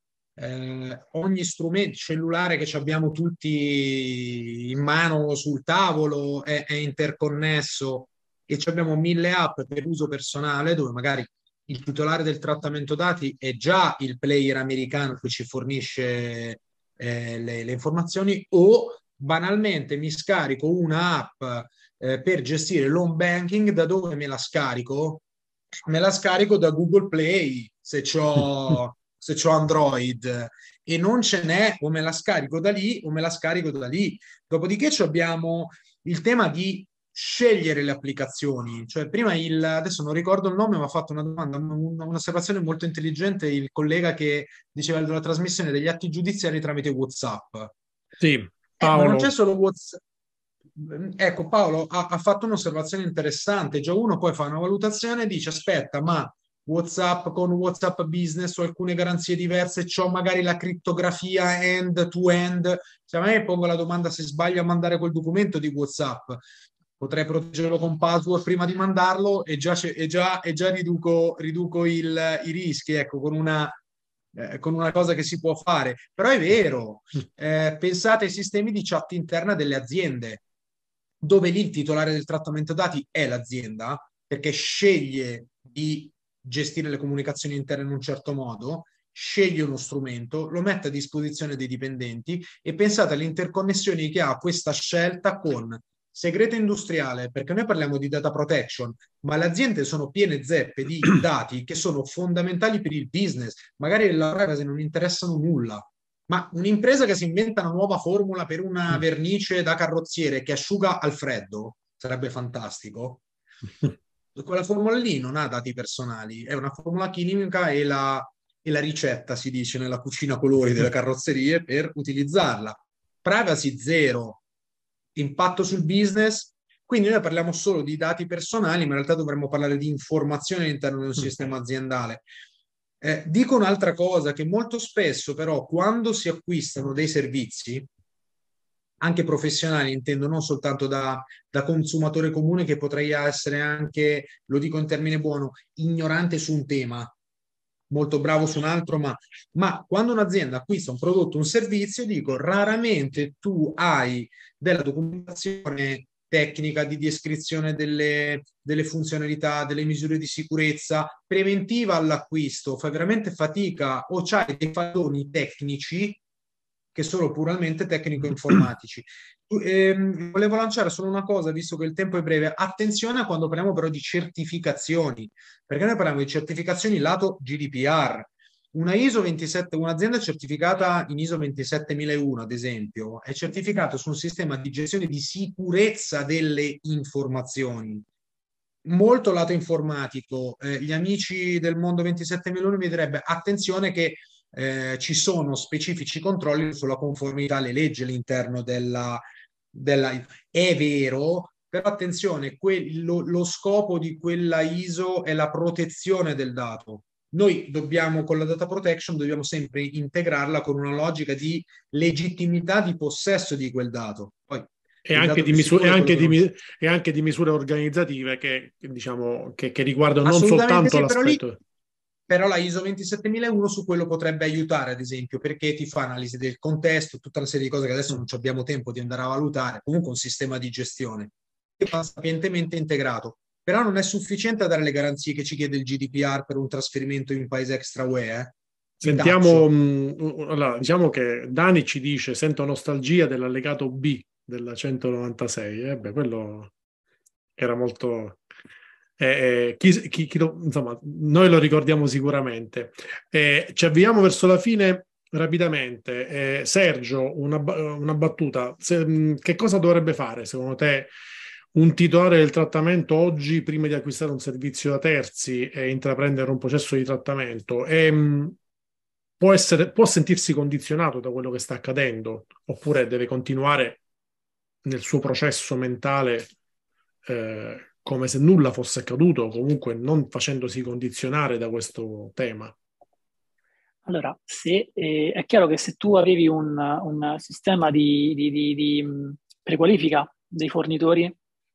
Eh, ogni strumento cellulare che abbiamo tutti in mano sul tavolo è, è interconnesso, e abbiamo mille app per uso personale, dove magari il titolare del trattamento dati è già il player americano che ci fornisce eh, le, le informazioni, o banalmente mi scarico una app eh, per gestire l'home banking. Da dove me la scarico? Me la scarico da Google Play, se c'ho, se c'ho Android, e non ce n'è, o me la scarico da lì o me la scarico da lì. Dopodiché abbiamo il tema di scegliere le applicazioni. Cioè, prima il, adesso non ricordo il nome, ma ha fatto una domanda, un'osservazione molto intelligente il collega che diceva della trasmissione degli atti giudiziari tramite WhatsApp. Sì, Paolo. Eh, ma non c'è solo WhatsApp. Ecco, Paolo ha, ha fatto un'osservazione interessante. Già uno poi fa una valutazione e dice: aspetta, ma WhatsApp con WhatsApp Business o alcune garanzie diverse, c'ho magari la crittografia end to end. Cioè, a me pongo la domanda se sbaglio a mandare quel documento di WhatsApp. potrei proteggerlo con password prima di mandarlo e già, e già, e già riduco, riduco il, i rischi, ecco, con una, eh, con una cosa che si può fare. Però è vero, eh, pensate ai sistemi di chat interna delle aziende, dove lì il titolare del trattamento dati è l'azienda, perché sceglie di gestire le comunicazioni interne in un certo modo, sceglie uno strumento, lo mette a disposizione dei dipendenti e pensate alle interconnessioni che ha questa scelta con segreto industriale, perché noi parliamo di data protection, ma le aziende sono piene zeppe di dati che sono fondamentali per il business, magari la privacy non interessano nulla. Ma un'impresa che si inventa una nuova formula per una vernice da carrozziere che asciuga al freddo, sarebbe fantastico. Quella formula lì non ha dati personali, è una formula chimica e la, e la ricetta, si dice, nella cucina colori delle carrozzerie per utilizzarla. Privacy zero, impatto sul business, quindi noi parliamo solo di dati personali, ma in realtà dovremmo parlare di informazioni all'interno di un sistema aziendale. Eh, dico un'altra cosa, che molto spesso però quando si acquistano dei servizi, anche professionali, intendo non soltanto da, da consumatore comune, che potrei essere anche, lo dico in termine buono, ignorante su un tema, molto bravo su un altro, ma, ma quando un'azienda acquista un prodotto, un servizio, dico, raramente tu hai della documentazione tecnica di descrizione delle, delle funzionalità, delle misure di sicurezza preventiva all'acquisto, fai veramente fatica o c'hai dei falloni tecnici che sono puramente tecnico-informatici. Eh, volevo lanciare solo una cosa, visto che il tempo è breve. Attenzione a quando parliamo però di certificazioni, perché noi parliamo di certificazioni lato G D P R. Una I S O ventisette, un'azienda certificata in I S O ventisettemiladuno, ad esempio, è certificata su un sistema di gestione di sicurezza delle informazioni. Molto lato informatico. Eh, gli amici del mondo ventisettemiladuno mi direbbero attenzione che eh, ci sono specifici controlli sulla conformità alle leggi all'interno della, della... È vero, però attenzione, que- lo, lo scopo di quella I S O è la protezione del dato. Noi dobbiamo, con la data protection, dobbiamo sempre integrarla con una logica di legittimità di possesso di quel dato. Poi, e, anche di, misure, e, anche di, non... e anche di misure organizzative che, diciamo, che, che riguardano non soltanto sì, l'aspetto... Però, lì, però la I S O ventisettemiladuno su quello potrebbe aiutare, ad esempio, perché ti fa analisi del contesto, tutta una serie di cose che adesso non abbiamo tempo di andare a valutare, comunque un sistema di gestione che va sapientemente integrato. Però non è sufficiente a dare le garanzie che ci chiede il G D P R per un trasferimento in un paese extra U E. Eh? Sentiamo, mh, allora, diciamo che Dani ci dice: sento nostalgia dell'allegato B della centonovantasei. Eh, beh, quello era molto... Eh, eh, chi, chi, chi lo, insomma, noi lo ricordiamo sicuramente. Eh, ci avviamo verso la fine rapidamente. Eh, Sergio, una, una battuta. Se, mh, che cosa dovrebbe fare, secondo te, un titolare del trattamento oggi prima di acquistare un servizio da terzi e intraprendere un processo di trattamento? E, mh, può essere, può sentirsi condizionato da quello che sta accadendo, oppure deve continuare nel suo processo mentale eh, come se nulla fosse accaduto, comunque non facendosi condizionare da questo tema? Allora, se, eh, è chiaro che se tu avevi un, un sistema di, di, di, di prequalifica dei fornitori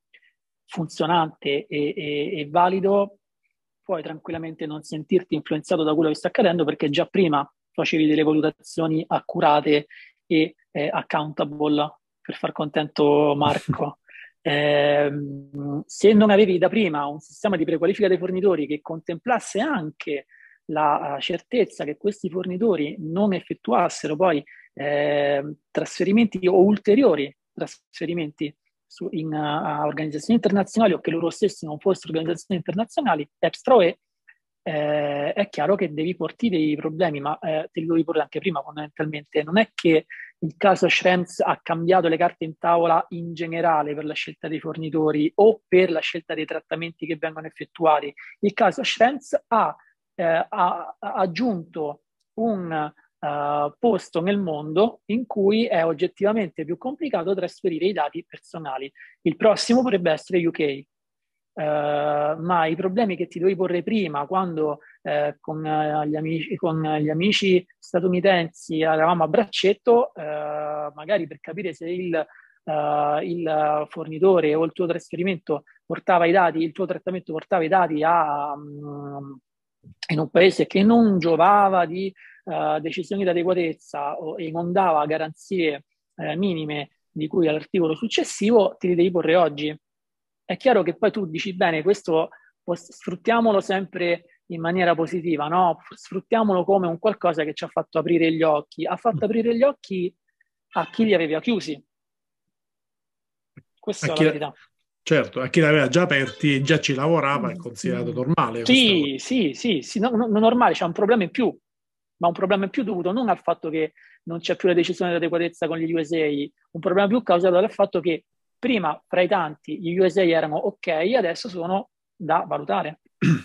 funzionante e, e, e valido, puoi tranquillamente non sentirti influenzato da quello che sta accadendo, perché già prima facevi delle valutazioni accurate e eh, accountable, per far contento Marco. eh, se non avevi da prima un sistema di prequalifica dei fornitori che contemplasse anche la uh, certezza che questi fornitori non effettuassero poi eh, trasferimenti o ulteriori trasferimenti su, in uh, organizzazioni internazionali, o che loro stessi non fossero organizzazioni internazionali extra U E, eh, è chiaro che devi porti dei problemi, ma eh, te li devi porre anche prima fondamentalmente. Non è che il caso Schrems ha cambiato le carte in tavola in generale per la scelta dei fornitori o per la scelta dei trattamenti che vengono effettuati. Il caso Schrems ha, eh, ha, ha aggiunto un Uh, posto nel mondo in cui è oggettivamente più complicato trasferire i dati personali. Il prossimo potrebbe essere U K, uh, ma i problemi che ti dovevi porre prima, quando uh, con, uh, gli amici, con gli amici statunitensi eravamo a braccetto, uh, magari per capire se il uh, il fornitore o il tuo trasferimento portava i dati, il tuo trattamento portava i dati a, um, in un paese che non giovava di uh, decisioni di adeguatezza o, e non dava garanzie uh, minime di cui all'articolo successivo, ti li devi porre oggi. È chiaro che poi tu dici, bene, questo sfruttiamolo sempre in maniera positiva, no? Sfruttiamolo come un qualcosa che ci ha fatto aprire gli occhi. Ha fatto aprire gli occhi a chi li aveva chiusi. Questa a è chi, la verità. Certo, a chi li aveva già aperti e già ci lavorava è considerato normale. Sì, sì, sì, sì, no, no, normale, c'è un problema in più, ma un problema in più dovuto non al fatto che non c'è più la decisione di adeguatezza con gli U S A, un problema più causato dal fatto che prima, fra i tanti, gli U S A erano ok, adesso sono da valutare.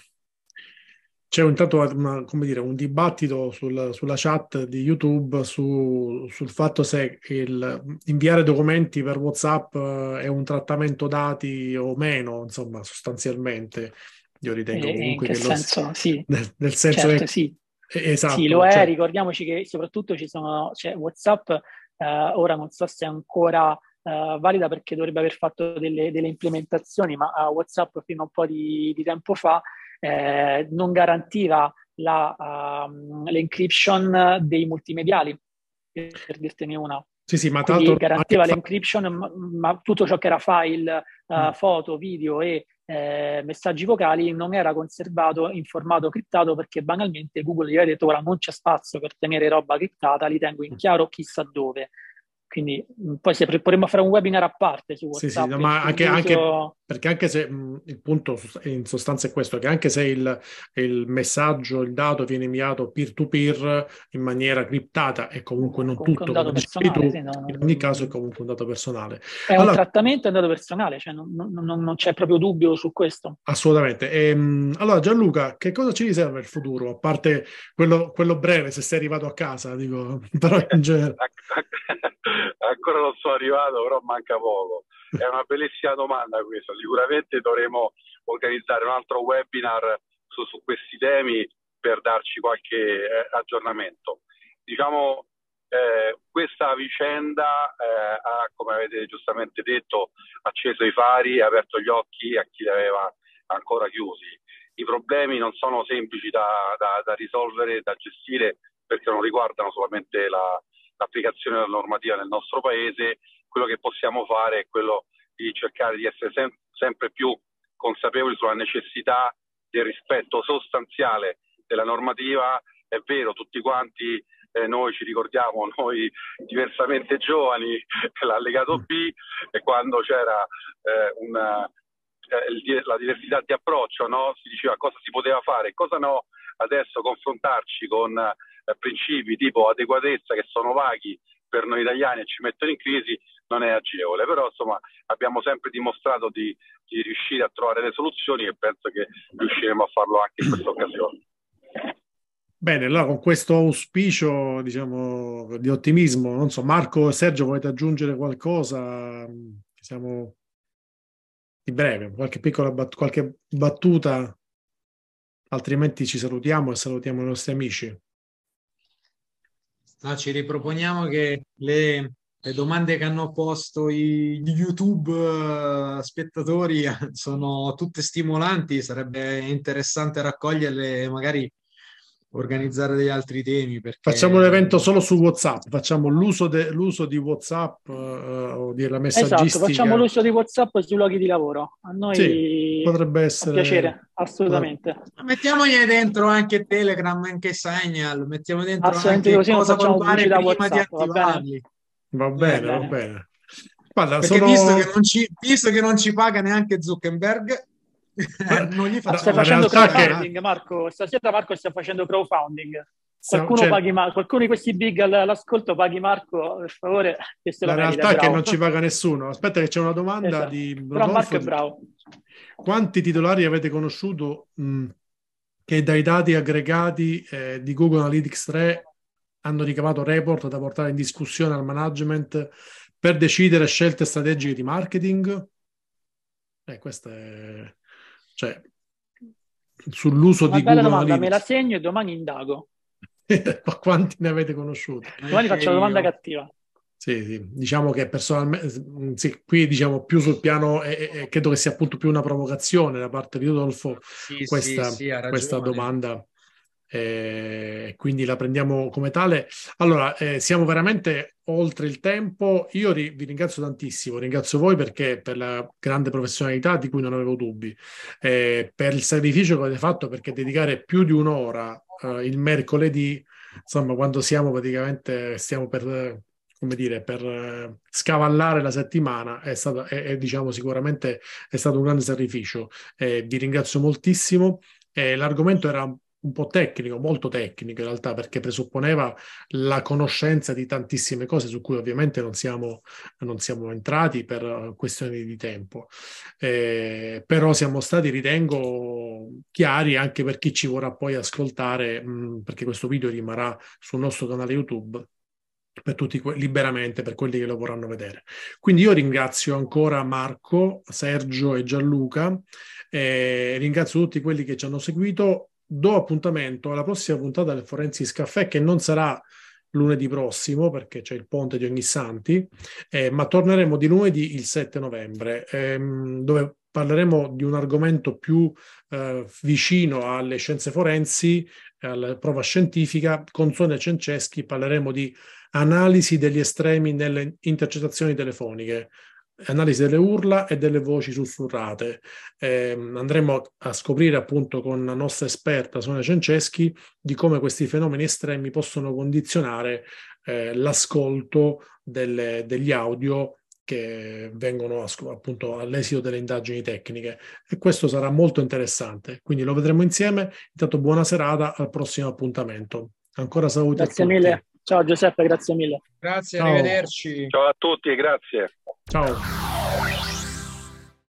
C'è intanto una, come dire, un dibattito sul, sulla chat di YouTube su, sul fatto se il, inviare documenti per WhatsApp è un trattamento dati o meno, insomma, sostanzialmente. Io ritengo E, comunque in che che lo, senso? Sì. Nel, nel senso certo, che... sì. Esatto. Sì, lo è, cioè... ricordiamoci che soprattutto ci sono, cioè WhatsApp, eh, ora non so se è ancora eh, valida perché dovrebbe aver fatto delle, delle implementazioni, ma uh, WhatsApp fino a un po' di, di tempo fa eh, non garantiva la, uh, l'encryption dei multimediali, per, per dirtene una. Sì, sì, ma Quindi tanto garantiva anche... l'encryption, ma, ma tutto ciò che era file, uh, mm. foto, video e eh, messaggi vocali non era conservato in formato criptato perché banalmente Google gli aveva detto ora non c'è spazio per tenere roba criptata, li tengo in chiaro chissà dove. Quindi mh, poi se potremmo fare un webinar a parte su WhatsApp. Sì, sì, no, ma anche, anche perché anche se mh, il punto in sostanza è questo, che anche se il, il messaggio, il dato viene inviato peer-to-peer in maniera criptata e comunque non comunque tutto, un dato come dicevi personale, tu, sì, no, in ogni caso è comunque un dato personale. È allora, un trattamento, è un dato personale, cioè non, non, non c'è proprio dubbio su questo. Assolutamente. E, allora Gianluca, che cosa ci riserva il futuro? A parte quello, quello breve, se sei arrivato a casa, dico, però in genere... Ancora non sono arrivato, però manca poco. È una bellissima domanda questa. Sicuramente dovremo organizzare un altro webinar su, su questi temi per darci qualche eh, aggiornamento. Diciamo, eh, questa vicenda eh, ha, come avete giustamente detto, acceso i fari e aperto gli occhi a chi li aveva ancora chiusi. I problemi non sono semplici da, da, da risolvere, da gestire, perché non riguardano solamente la l'applicazione della normativa nel nostro paese. Quello che possiamo fare è quello di cercare di essere sem- sempre più consapevoli sulla necessità del rispetto sostanziale della normativa. È vero, tutti quanti eh, noi ci ricordiamo, noi diversamente giovani, l'allegato B, e quando c'era eh, una, eh, il, la diversità di approccio, no? Si diceva cosa si poteva fare, cosa no. Adesso confrontarci con eh, principi tipo adeguatezza che sono vaghi per noi italiani e ci mettono in crisi non è agevole, però insomma abbiamo sempre dimostrato di, di riuscire a trovare le soluzioni e penso che riusciremo a farlo anche in questa occasione. Bene, allora con questo auspicio, diciamo, di ottimismo, non so, Marco e Sergio, volete aggiungere qualcosa? Siamo di breve, qualche piccola bat- qualche battuta, altrimenti ci salutiamo e salutiamo i nostri amici. No, ci riproponiamo che le, le domande che hanno posto i, gli YouTube uh, spettatori sono tutte stimolanti, sarebbe interessante raccoglierle e magari organizzare degli altri temi. Perché... Facciamo un evento solo su WhatsApp, facciamo l'uso, de, l'uso di WhatsApp uh, o della messaggistica. Esatto, facciamo l'uso di WhatsApp sui luoghi di lavoro. A noi sì, potrebbe essere... fa piacere, assolutamente. Mettiamogli dentro anche Telegram, anche Signal, mettiamo dentro anche così cosa facciamo valutare prima WhatsApp, di attivarli. Va bene, va bene. Va bene. Guarda, perché sono... visto, che non ci, visto che non ci paga neanche Zuckerberg, non gli facciamo. Stai facendo crowdfunding, che... Marco. Stasera Marco sta facendo crowdfunding. Siamo, Qualcuno, cioè... paghi Mar- qualcuno di questi big all'ascolto paghi Marco, per favore. Che se la lo realtà merita, è che bravo. non ci paga nessuno. Aspetta che c'è una domanda esatto. di Però Rodolfo. Marco è bravo. Quanti titolari avete conosciuto mh, che dai dati aggregati eh, di Google Analytics tre hanno ricavato report da portare in discussione al management per decidere scelte strategiche di marketing? Eh, questa è... Cioè, sull'uso Una di bella Google domanda, Analytics. me la segno e domani indago. Quanti ne avete conosciuti? Domani faccio una domanda io. cattiva. Sì, sì, diciamo che personalmente, sì, qui diciamo più sul piano, e, e credo che sia appunto più una provocazione da parte di Rodolfo Sì, questa, sì, sì, ha questa ragione. domanda, eh, quindi la prendiamo come tale. Allora, eh, siamo veramente oltre il tempo. Io ri- vi ringrazio tantissimo, ringrazio voi perché per la grande professionalità di cui non avevo dubbi, eh, per il sacrificio che avete fatto, perché dedicare più di un'ora eh, il mercoledì, insomma, quando siamo praticamente, stiamo per come dire, per eh, scavallare la settimana è stato, è, è, diciamo, sicuramente è stato un grande sacrificio. Eh, vi ringrazio moltissimo. Eh, l'argomento era un po' tecnico, molto tecnico in realtà, perché presupponeva la conoscenza di tantissime cose su cui ovviamente non siamo, non siamo entrati per questioni di tempo. Eh, però siamo stati, ritengo, chiari anche per chi ci vorrà poi ascoltare, mh, perché questo video rimarrà sul nostro canale YouTube per tutti que- liberamente per quelli che lo vorranno vedere. Quindi io ringrazio ancora Marco, Sergio e Gianluca, eh, ringrazio tutti quelli che ci hanno seguito. Do appuntamento alla prossima puntata del Forensics Caffè, che non sarà lunedì prossimo perché c'è il ponte di Ognissanti, eh, ma torneremo di lunedì il sette novembre, ehm, dove parleremo di un argomento più eh, vicino alle scienze forensi, alla prova scientifica. Con Sonia Cenceschi parleremo di analisi degli estremi nelle intercettazioni telefoniche, analisi delle urla e delle voci sussurrate. Eh, andremo a scoprire appunto con la nostra esperta Sonia Cenceschi di come questi fenomeni estremi possono condizionare eh, l'ascolto delle, degli audio che vengono appunto all'esito delle indagini tecniche, e questo sarà molto interessante, quindi lo vedremo insieme. Intanto buona serata, al prossimo appuntamento. Ancora saluti Grazie a tutti. mille. Ciao Giuseppe, grazie mille. Grazie, Ciao. arrivederci. Ciao a tutti, grazie. Ciao.